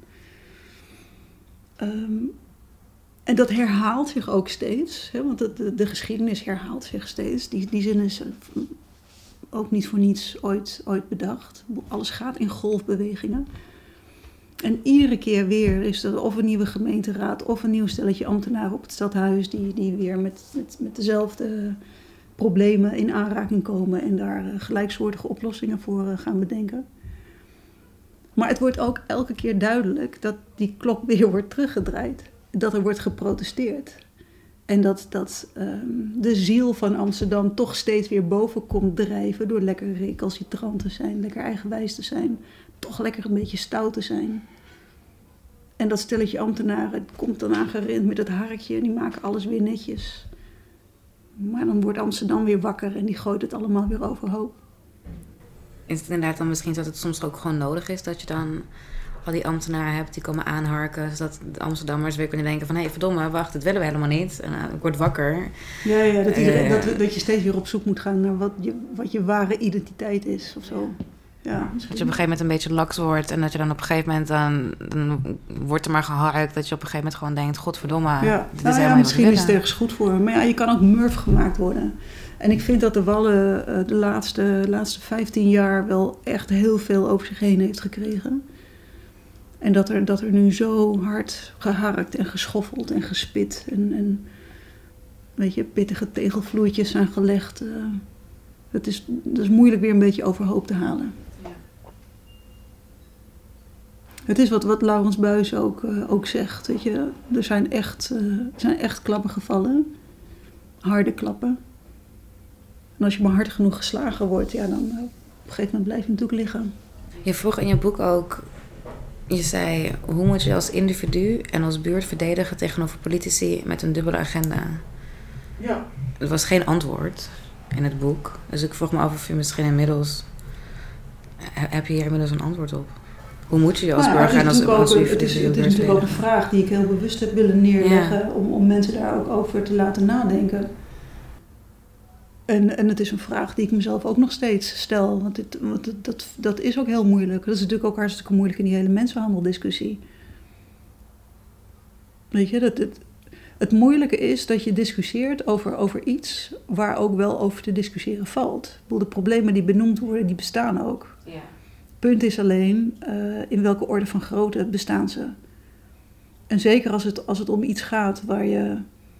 Um, en dat herhaalt zich ook steeds, hè, want de, de, de geschiedenis herhaalt zich steeds. Die, die zin is uh, ook niet voor niets ooit, ooit bedacht. Alles gaat in golfbewegingen. En iedere keer weer is er of een nieuwe gemeenteraad of een nieuw stelletje ambtenaren op het stadhuis die, die weer met, met, met dezelfde problemen in aanraking komen en daar uh, gelijksoortige oplossingen voor uh, gaan bedenken. Maar het wordt ook elke keer duidelijk dat die klok weer wordt teruggedraaid. Dat er wordt geprotesteerd. En dat, dat um, de ziel van Amsterdam toch steeds weer boven komt drijven door lekker recalcitrant te zijn, lekker eigenwijs te zijn, toch lekker een beetje stout te zijn. En dat stelletje ambtenaren komt dan aangerend met het harkje en die maken alles weer netjes. Maar dan wordt Amsterdam weer wakker en die gooit het allemaal weer overhoop. Is het inderdaad dan misschien dat het soms ook gewoon nodig is dat je dan al die ambtenaren hebt die komen aanharken, zodat de Amsterdammers weer kunnen denken van hé, hey, verdomme, wacht, dat willen we helemaal niet. En uh, ik word wakker. Ja, ja dat, iedereen, uh, dat, dat je steeds weer op zoek moet gaan naar wat je, wat je ware identiteit is of zo. Ja, dat je op een gegeven moment een beetje laks wordt en dat je dan op een gegeven moment dan, dan wordt er maar geharkt dat je op een gegeven moment gewoon denkt, godverdomme, ja. dit nou is ja, misschien wat is het ergens goed voor. Maar ja, je kan ook murf gemaakt worden. En ik vind dat de Wallen uh, de laatste, laatste vijftien jaar wel echt heel veel over zich heen heeft gekregen. En dat er, dat er nu zo hard geharkt en geschoffeld en gespit en, en weet je, pittige tegelvloertjes zijn gelegd. Uh, het is, het is moeilijk weer een beetje overhoop te halen. Ja. Het is wat, wat Laurens Buijs ook, uh, ook zegt. Weet je. Er zijn echt, uh, er zijn echt klappen gevallen. Harde klappen. En als je maar hard genoeg geslagen wordt, ja, dan uh, op een gegeven moment blijf je natuurlijk liggen. Je vroeg in je boek ook, je zei, hoe moet je als individu en als buurt verdedigen tegenover politici met een dubbele agenda? Ja. Er was geen antwoord in het boek. Dus ik vroeg me af of je misschien inmiddels, heb je hier inmiddels een antwoord op? Hoe moet je je als nou, burger en als, als ook, Het is, het is natuurlijk ook een vraag die ik heel bewust heb willen neerleggen, ja. om, om mensen daar ook over te laten nadenken. En, en het is een vraag die ik mezelf ook nog steeds stel. Want, dit, want dat, dat, dat is ook heel moeilijk. Dat is natuurlijk ook hartstikke moeilijk in die hele mensenhandeldiscussie. Weet je, dat het, het moeilijke is dat je discussieert over, over iets waar ook wel over te discussiëren valt. De problemen die benoemd worden, die bestaan ook. Ja. Punt is alleen, uh, in welke orde van grootte bestaan ze. En zeker als het, als het om iets gaat waar je...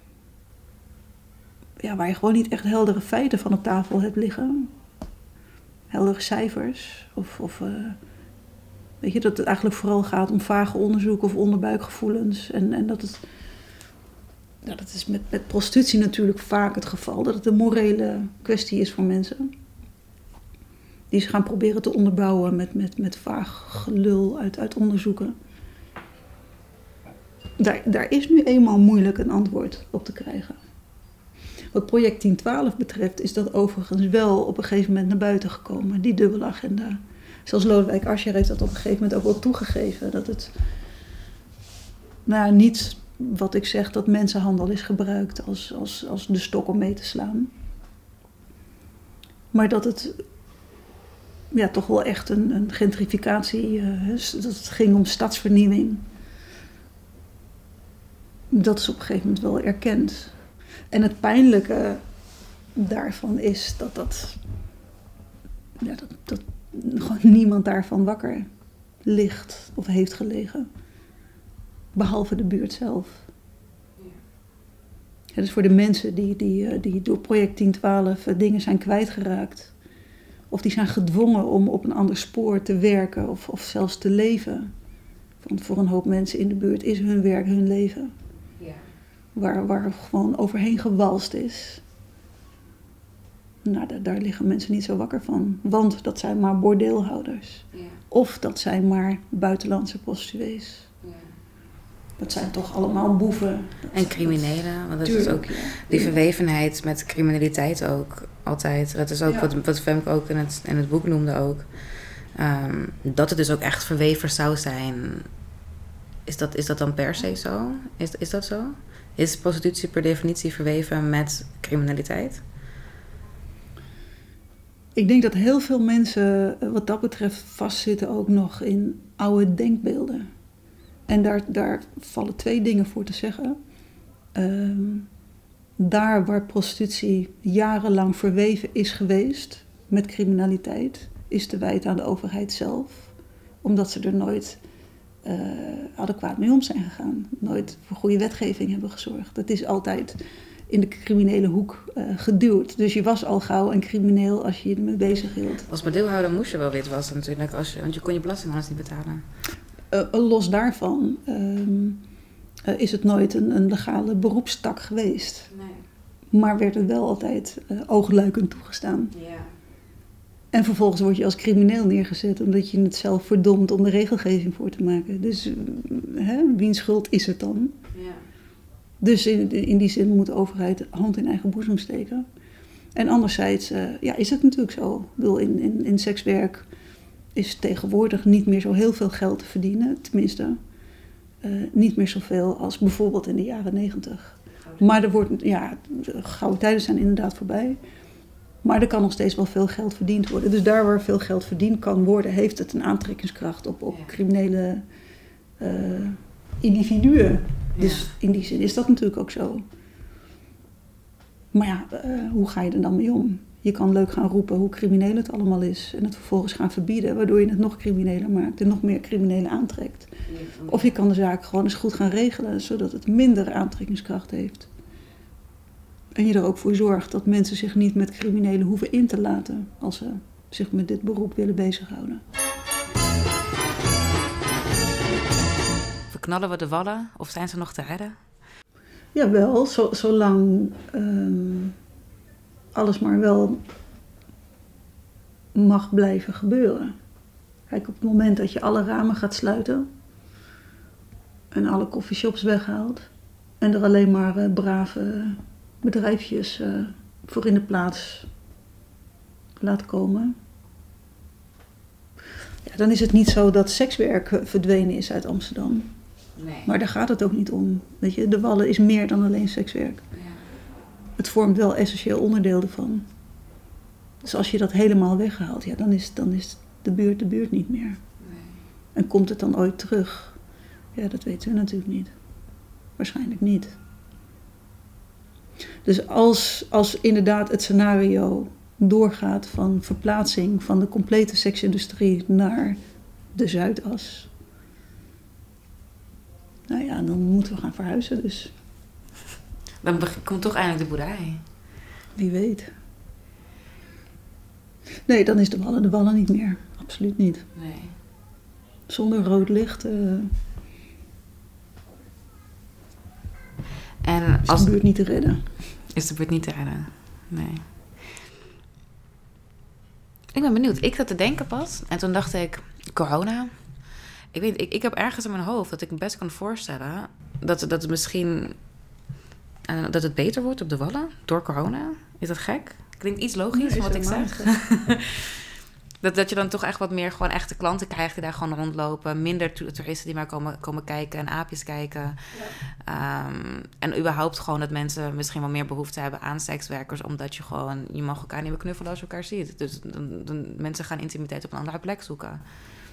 Ja, waar je gewoon niet echt heldere feiten van op tafel hebt liggen. Heldere cijfers. Of, of uh, weet je, dat het eigenlijk vooral gaat om vage onderzoek of onderbuikgevoelens. En, en dat het... Ja, dat is met, met prostitutie natuurlijk vaak het geval. Dat het een morele kwestie is voor mensen. Die ze gaan proberen te onderbouwen met, met, met vaag gelul uit, uit onderzoeken. Daar, daar is nu eenmaal moeilijk een antwoord op te krijgen. Wat project tien twaalf betreft is dat overigens wel op een gegeven moment naar buiten gekomen. Die dubbele agenda. Zelfs Lodewijk Asscher heeft dat op een gegeven moment ook wel toegegeven. Dat het nou ja, niet wat ik zeg dat mensenhandel is gebruikt als, als, als de stok om mee te slaan. Maar dat het ja, toch wel echt een, een gentrificatie, uh, dat het ging om stadsvernieuwing. Dat is op een gegeven moment wel erkend. En het pijnlijke daarvan is dat dat, ja, dat, dat gewoon niemand daarvan wakker ligt of heeft gelegen. Behalve de buurt zelf. Ja, dus voor de mensen die, die, die door project tien twaalf dingen zijn kwijtgeraakt. Of die zijn gedwongen om op een ander spoor te werken of, of zelfs te leven. Want voor een hoop mensen in de buurt is hun werk hun leven. Ja. Waar, waar gewoon overheen gewalst is. Nou, daar, daar liggen mensen niet zo wakker van. Want dat zijn maar bordeelhouders. Ja. Of dat zijn maar buitenlandse prostituees. Ja. Dat zijn toch allemaal boeven. Dat, en criminelen. Want dat tuurlijk, is ook ja. die verwevenheid met criminaliteit ook altijd. Dat is ook ja. wat, wat Femke ook in het, in het boek noemde ook. Um, dat het dus ook echt verweven zou zijn. Is dat, is dat dan per se zo? Is, is dat zo? Is prostitutie per definitie verweven met criminaliteit? Ik denk dat heel veel mensen wat dat betreft vastzitten ook nog in oude denkbeelden. En daar, daar vallen twee dingen voor te zeggen. Um, daar waar prostitutie jarenlang verweven is geweest met criminaliteit, is te wijten aan de overheid zelf. Omdat ze er nooit uh, adequaat mee om zijn gegaan. Nooit voor goede wetgeving hebben gezorgd. Dat is altijd in de criminele hoek uh, geduwd. Dus je was al gauw een crimineel als je je ermee bezig hield. Als bedeelhouder moest je wel witwassen natuurlijk, als je, want je kon je belasting anders niet betalen. Uh, los daarvan, um, uh, is het nooit een, een legale beroepstak geweest. Nee. Maar werd het wel altijd uh, oogluikend toegestaan. Ja. En vervolgens word je als crimineel neergezet omdat je het zelf verdomt om de regelgeving voor te maken. Dus uh, hè, wiens schuld is het dan? Ja. Dus in, in die zin moet de overheid hand in eigen boezem steken. En anderzijds uh, ja, is het natuurlijk zo. Ik bedoel, in, in, in sekswerk is tegenwoordig niet meer zo heel veel geld te verdienen. Tenminste, uh, niet meer zoveel als bijvoorbeeld in de jaren negentig. Maar er wordt, ja, de gouden tijden zijn inderdaad voorbij. Maar er kan nog steeds wel veel geld verdiend worden. Dus daar waar veel geld verdiend kan worden, heeft het een aantrekkingskracht op, op ja. criminele uh, individuen. Ja. Dus in die zin is dat natuurlijk ook zo. Maar ja, uh, hoe ga je er dan mee om? Je kan leuk gaan roepen hoe crimineel het allemaal is en het vervolgens gaan verbieden, waardoor je het nog crimineler maakt en nog meer criminelen aantrekt. Of je kan de zaak gewoon eens goed gaan regelen, zodat het minder aantrekkingskracht heeft. En je er ook voor zorgt dat mensen zich niet met criminelen hoeven in te laten als ze zich met dit beroep willen bezighouden. Verknallen we de wallen of zijn ze nog te redden? Jawel, zo, zolang um, alles maar wel mag blijven gebeuren. Kijk, op het moment dat je alle ramen gaat sluiten en alle coffeeshops weghaalt en er alleen maar uh, brave bedrijfjes uh, voor in de plaats laat komen, ja, dan is het niet zo dat sekswerk verdwenen is uit Amsterdam. Nee. Maar daar gaat het ook niet om. Weet je, de Wallen is meer dan alleen sekswerk. Ja. Het vormt wel essentieel onderdeel ervan. Dus als je dat helemaal weghaalt, ja, dan is, dan is de buurt de buurt niet meer. Nee. En komt het dan ooit terug? Ja, dat weten we natuurlijk niet. Waarschijnlijk niet. Dus als, als inderdaad het scenario doorgaat van verplaatsing van de complete seksindustrie naar de Zuidas, nou ja, dan moeten we gaan verhuizen dus. Dan komt toch eindelijk de boerderij. Wie weet. Nee, dan is de Wallen de Wallen niet meer. Absoluut niet. Nee. Zonder rood licht uh, en is als... de buurt niet te redden. Is de buurt niet te redden, nee. Ik ben benieuwd. Ik zat te denken pas. En toen dacht ik, corona. Ik weet, ik, ik heb ergens in mijn hoofd dat ik me best kan voorstellen dat, dat het misschien uh, dat het beter wordt op de Wallen door corona. Is dat gek? Klinkt iets logisch Nee, van wat ik zeg. dat, dat je dan toch echt wat meer gewoon echte klanten krijgt die daar gewoon rondlopen. Minder toeristen die maar komen, komen kijken en aapjes kijken. Ja. Um, en überhaupt gewoon dat mensen misschien wel meer behoefte hebben aan sekswerkers. Omdat je gewoon, je mag elkaar niet meer knuffelen als je elkaar ziet. Dus dan, dan, mensen gaan intimiteit op een andere plek zoeken.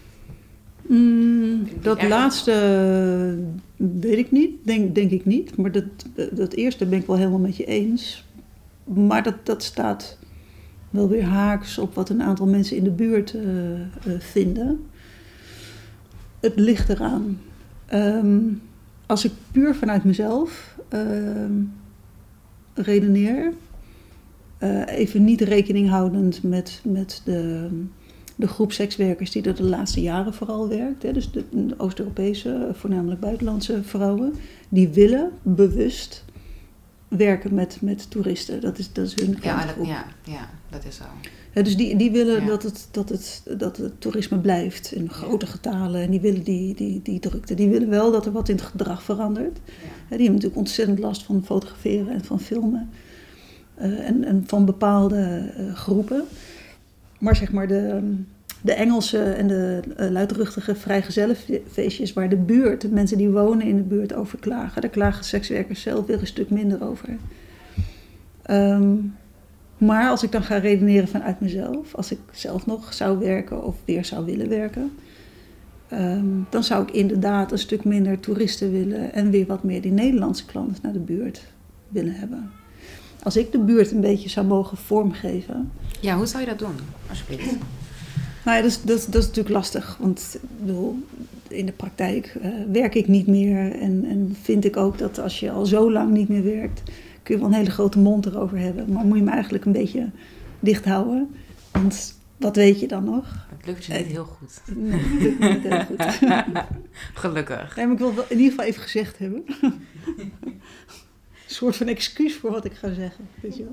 Mm, dat laatste weet ik niet, denk, denk ik niet. Maar dat, dat eerste ben ik wel helemaal met je eens. Maar dat, dat staat wel weer haaks op wat een aantal mensen in de buurt uh, uh, vinden. Het ligt eraan. Um, als ik puur vanuit mezelf uh, redeneer, uh, even niet rekening houdend met, met de... de groep sekswerkers die er de laatste jaren vooral werkt. Hè, dus de, de Oost-Europese, voornamelijk buitenlandse vrouwen, die willen bewust werken met, met toeristen. Dat is, dat is hun kerngroep. Ja, ja, ja, dat is zo. Ja, dus die, die willen ja. dat, het, dat, het, dat het toerisme blijft in grote ja. getalen. En die willen die, die, die drukte. Die willen wel dat er wat in het gedrag verandert. Ja. Ja, die hebben natuurlijk ontzettend last van fotograferen en van filmen. Uh, en, en van bepaalde uh, groepen. Maar zeg maar de, de Engelse en de uh, luidruchtige vrijgezellenfeestjes waar de buurt, de mensen die wonen in de buurt over klagen, daar klagen sekswerkers zelf weer een stuk minder over. Um, maar als ik dan ga redeneren vanuit mezelf, als ik zelf nog zou werken of weer zou willen werken, um, dan zou ik inderdaad een stuk minder toeristen willen en weer wat meer die Nederlandse klanten naar de buurt willen hebben. Als ik de buurt een beetje zou mogen vormgeven. Ja, hoe zou je dat doen, alsjeblieft? Nou ja, dat is, dat, is, dat is natuurlijk lastig. Want ik bedoel, in de praktijk uh, werk ik niet meer. En, en vind ik ook dat als je al zo lang niet meer werkt, kun je wel een hele grote mond erover hebben. Maar moet je me eigenlijk een beetje dicht houden. Want wat weet je dan nog? Het lukt je niet heel goed. Nee, het lukt me niet heel goed. Gelukkig. Nee, maar ik wil wel in ieder geval even gezegd hebben. Een soort van excuus voor wat ik ga zeggen. Weet je wel?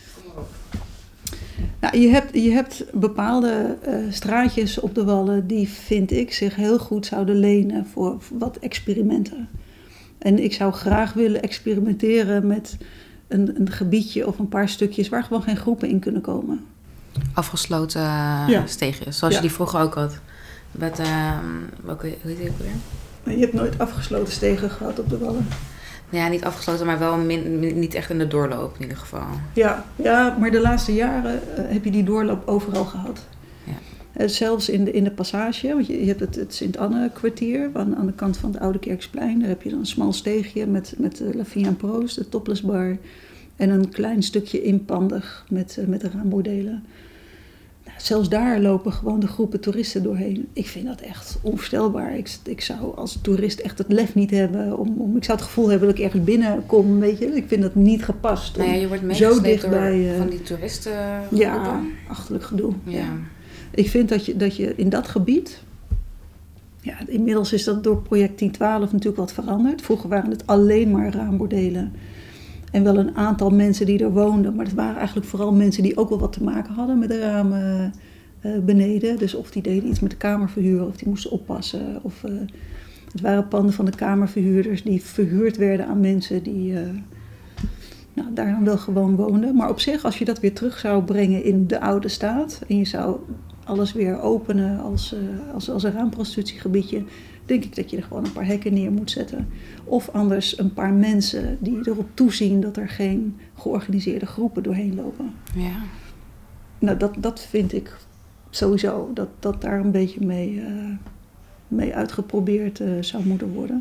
Nou, je, hebt, je hebt bepaalde uh, straatjes op de Wallen die, vind ik, zich heel goed zouden lenen voor, voor wat experimenten. En ik zou graag willen experimenteren met een, een gebiedje of een paar stukjes waar gewoon geen groepen in kunnen komen. Afgesloten uh, ja. steegjes, zoals ja. je die vroeger ook had. Met, uh, welke, hoe heet die ook weer? Maar je hebt nooit afgesloten stegen gehad op de Wallen. Ja, niet afgesloten, maar wel min, min, niet echt in de doorloop in ieder geval. Ja, ja maar de laatste jaren uh, heb je die doorloop overal gehad. Ja. Uh, zelfs in de, in de passage, want je, je hebt het, het Sint-Anne-kwartier aan, aan de kant van het Oude Kerksplein. Daar heb je dan een smal steegje met, met uh, La Vie en Proost, de topless bar. En een klein stukje inpandig met, uh, met de raambordelen. Nou, zelfs daar lopen gewoon de groepen toeristen doorheen. Ik vind dat echt onvoorstelbaar. Ik, ik zou als toerist echt het lef niet hebben. Om, om, ik zou het gevoel hebben dat ik ergens binnenkom, weet je. Ik vind dat niet gepast. Nou ja, je wordt zo meegesleept dichtbij, door uh, van die toeristen. Ja, achterlijk gedoe. Ja. Ja. Ik vind dat je, dat je in dat gebied... Ja, inmiddels is dat door project tien twaalf natuurlijk wat veranderd. Vroeger waren het alleen maar raambordelen. En wel een aantal mensen die er woonden. Maar het waren eigenlijk vooral mensen die ook wel wat te maken hadden met de ramen uh, beneden. Dus of die deden iets met de kamerverhuur of die moesten oppassen. Of uh, het waren panden van de kamerverhuurders die verhuurd werden aan mensen die uh, nou, daar dan wel gewoon woonden. Maar op zich, als je dat weer terug zou brengen in de oude staat en je zou alles weer openen als, uh, als, als een raamprostitutiegebiedje, denk ik dat je er gewoon een paar hekken neer moet zetten. Of anders een paar mensen die erop toezien dat er geen georganiseerde groepen doorheen lopen. Ja. Nou, dat, dat vind ik sowieso, dat, dat daar een beetje mee, uh, mee uitgeprobeerd uh, zou moeten worden.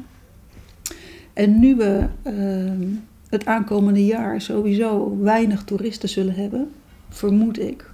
En nu we uh, het aankomende jaar sowieso weinig toeristen zullen hebben, vermoed ik.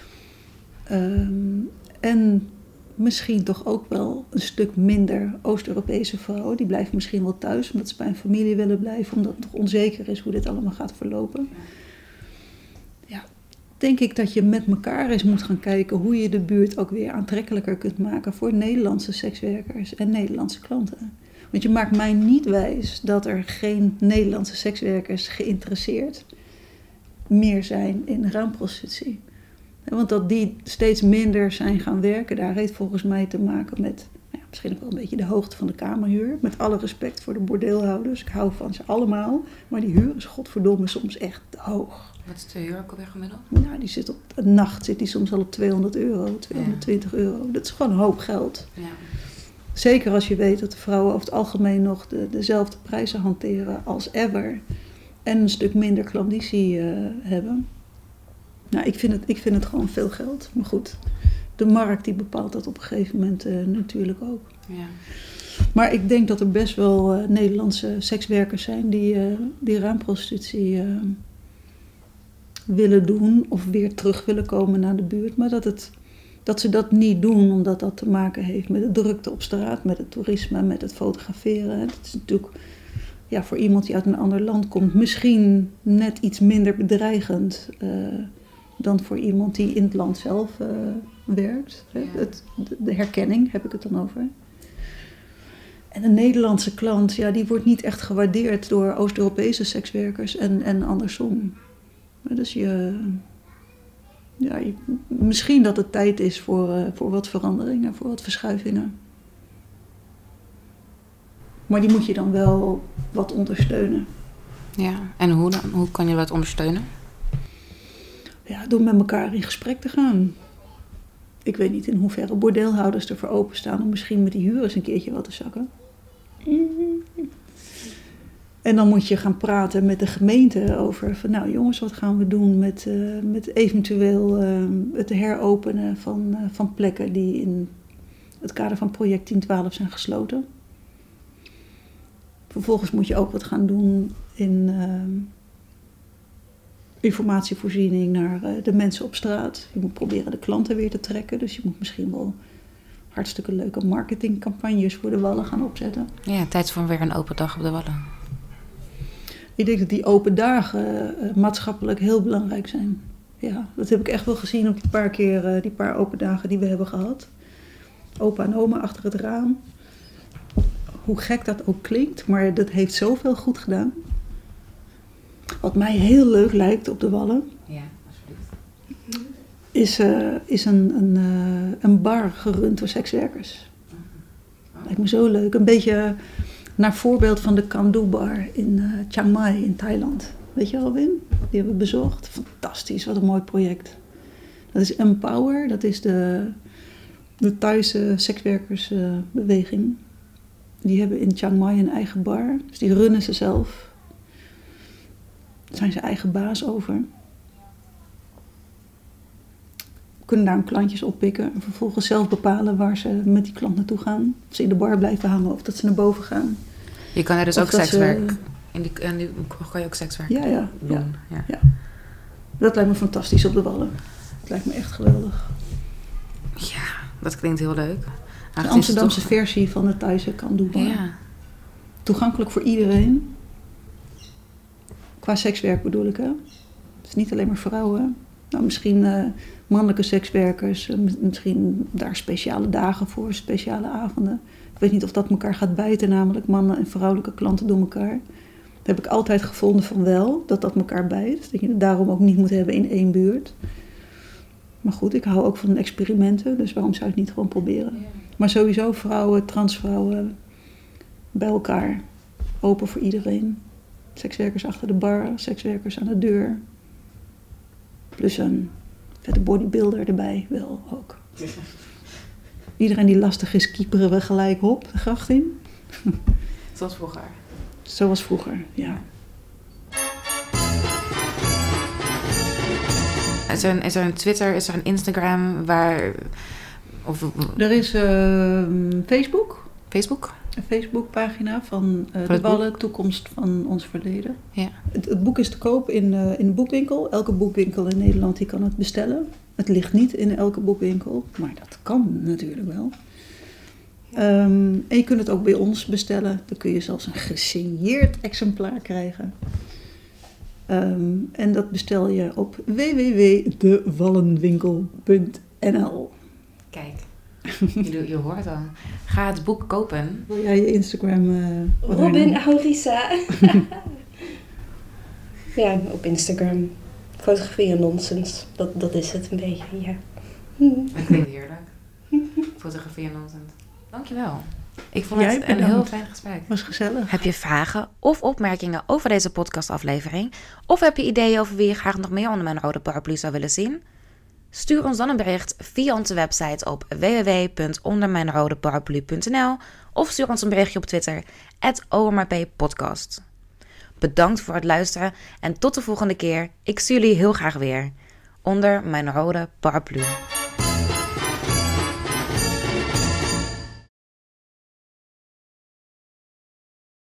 Um, en misschien toch ook wel een stuk minder Oost-Europese vrouwen. Die blijven misschien wel thuis omdat ze bij een familie willen blijven. Omdat het nog onzeker is hoe dit allemaal gaat verlopen. Ja, denk ik dat je met elkaar eens moet gaan kijken hoe je de buurt ook weer aantrekkelijker kunt maken voor Nederlandse sekswerkers en Nederlandse klanten. Want je maakt mij niet wijs dat er geen Nederlandse sekswerkers geïnteresseerd meer zijn in raamprostitutie. Want dat die steeds minder zijn gaan werken, daar heeft volgens mij te maken met nou ja, misschien ook wel een beetje de hoogte van de kamerhuur. Met alle respect voor de bordeelhouders. Ik hou van ze allemaal. Maar die huur is godverdomme soms echt hoog. Wat is de huur ook alweer gemiddeld? Nou, die zit op een nacht zit die soms al op tweehonderd euro, tweehonderdtwintig ja. euro. Dat is gewoon een hoop geld. Ja. Zeker als je weet dat de vrouwen over het algemeen nog de, dezelfde prijzen hanteren als ever. En een stuk minder klandizie uh, hebben. Nou, ik vind, het, ik vind het gewoon veel geld. Maar goed, de markt die bepaalt dat op een gegeven moment uh, natuurlijk ook. Ja. Maar ik denk dat er best wel uh, Nederlandse sekswerkers zijn die, uh, die raamprostitutie uh, willen doen of weer terug willen komen naar de buurt. Maar dat, het, dat ze dat niet doen omdat dat te maken heeft met de drukte op straat, met het toerisme, met het fotograferen. Dat is natuurlijk ja, voor iemand die uit een ander land komt misschien net iets minder bedreigend uh, dan voor iemand die in het land zelf uh, werkt. Ja. Het, de herkenning heb ik het dan over. En een Nederlandse klant, ja, die wordt niet echt gewaardeerd door Oost-Europese sekswerkers en, en andersom. Dus je, ja, je, misschien dat het tijd is voor, uh, voor wat veranderingen, voor wat verschuivingen. Maar die moet je dan wel wat ondersteunen. Ja, en hoe dan? Hoe kan je dat ondersteunen? Ja, door met elkaar in gesprek te gaan. Ik weet niet in hoeverre bordeelhouders ervoor openstaan om misschien met die huur eens een keertje wat te zakken. En dan moet je gaan praten met de gemeente over van nou jongens, wat gaan we doen met, uh, met eventueel uh, het heropenen van, uh, van plekken die in het kader van project tien twaalf zijn gesloten. Vervolgens moet je ook wat gaan doen in uh, informatievoorziening naar uh, de mensen op straat. Je moet proberen de klanten weer te trekken. Dus je moet misschien wel hartstikke leuke marketingcampagnes voor de Wallen gaan opzetten. Ja, tijd voor weer een open dag op de Wallen. Ik denk dat die open dagen uh, maatschappelijk heel belangrijk zijn. ja, dat heb ik echt wel gezien op die paar keer, uh, die paar open dagen die we hebben gehad. Opa en oma achter het raam. Hoe gek dat ook klinkt, maar dat heeft zoveel goed gedaan. Wat mij heel leuk lijkt op de Wallen. Ja, alsjeblieft. Is, uh, is een, een, uh, een bar gerund door sekswerkers. Oh. Lijkt me zo leuk. Een beetje naar voorbeeld van de Can Do Bar in uh, Chiang Mai in Thailand. Weet je wel, Wim? Die hebben we bezocht. Fantastisch, wat een mooi project. Dat is Empower, dat is de, de Thaise sekswerkersbeweging. Uh, die hebben in Chiang Mai een eigen bar. Dus die runnen ze zelf. Daar zijn ze eigen baas over. Kunnen daar hun klantjes oppikken en vervolgens zelf bepalen waar ze met die klant naartoe gaan. Of ze in de bar blijven hangen of dat ze naar boven gaan. Je kan er dus of ook sekswerk... Ze, in die, in die kan je ook sekswerk ja, ja, doen. Ja, ja. ja. Dat lijkt me fantastisch op de Wallen. Het lijkt me echt geweldig. Ja, dat klinkt heel leuk. De Amsterdamse toch... versie van de Thaise Can Do Bar. Ja. Toegankelijk voor iedereen. Qua sekswerk bedoel ik, hè. Het is niet alleen maar vrouwen. Nou, misschien uh, mannelijke sekswerkers. Uh, misschien daar speciale dagen voor, speciale avonden. Ik weet niet of dat elkaar gaat bijten, namelijk mannen en vrouwelijke klanten door elkaar. Dat heb ik altijd gevonden van wel, dat dat elkaar bijt. Dat je het daarom ook niet moet hebben in één buurt. Maar goed, ik hou ook van experimenten, dus waarom zou je het niet gewoon proberen? Ja. Maar sowieso vrouwen, transvrouwen, bij elkaar. Open voor iedereen. Sekswerkers achter de bar, sekswerkers aan de deur. Plus een vette bodybuilder erbij, wel ook. Iedereen die lastig is, kieperen we gelijk op de gracht in. Zoals vroeger. Zoals vroeger, ja. Is er een, is er een Twitter, is er een Instagram waar... Of, er is uh, Facebook. Facebook? Een Facebookpagina van uh, De Wallen, Toekomst van ons verleden. Ja. Het, het boek is te koop in, uh, in de boekwinkel. Elke boekwinkel in Nederland die kan het bestellen. Het ligt niet in elke boekwinkel, maar dat kan natuurlijk wel. Um, en je kunt het ook bij ons bestellen. Dan kun je zelfs een gesigneerd exemplaar krijgen. Um, en dat bestel je op w w w punt de wallenwinkel punt n l. Kijk, je, je hoort al. Ga het boek kopen. Wil jij je Instagram... Uh, Robin Aurisa. Ja, op Instagram. Fotografie en nonsens. Dat, dat is het een beetje, ja. Dat klinkt heerlijk. Fotografie en nonsens. Dankjewel. Ik vond Jij het een bedankt. heel fijn gesprek. Was gezellig. Heb je vragen of opmerkingen over deze podcastaflevering? Of heb je ideeën over wie je graag nog meer onder mijn rode paraplu zou willen zien? Stuur ons dan een bericht via onze website op w w w punt onder mijn rode paraplu punt n l of stuur ons een berichtje op Twitter at o m r p podcast. Bedankt voor het luisteren en tot de volgende keer. Ik zie jullie heel graag weer onder mijn rode paraplu.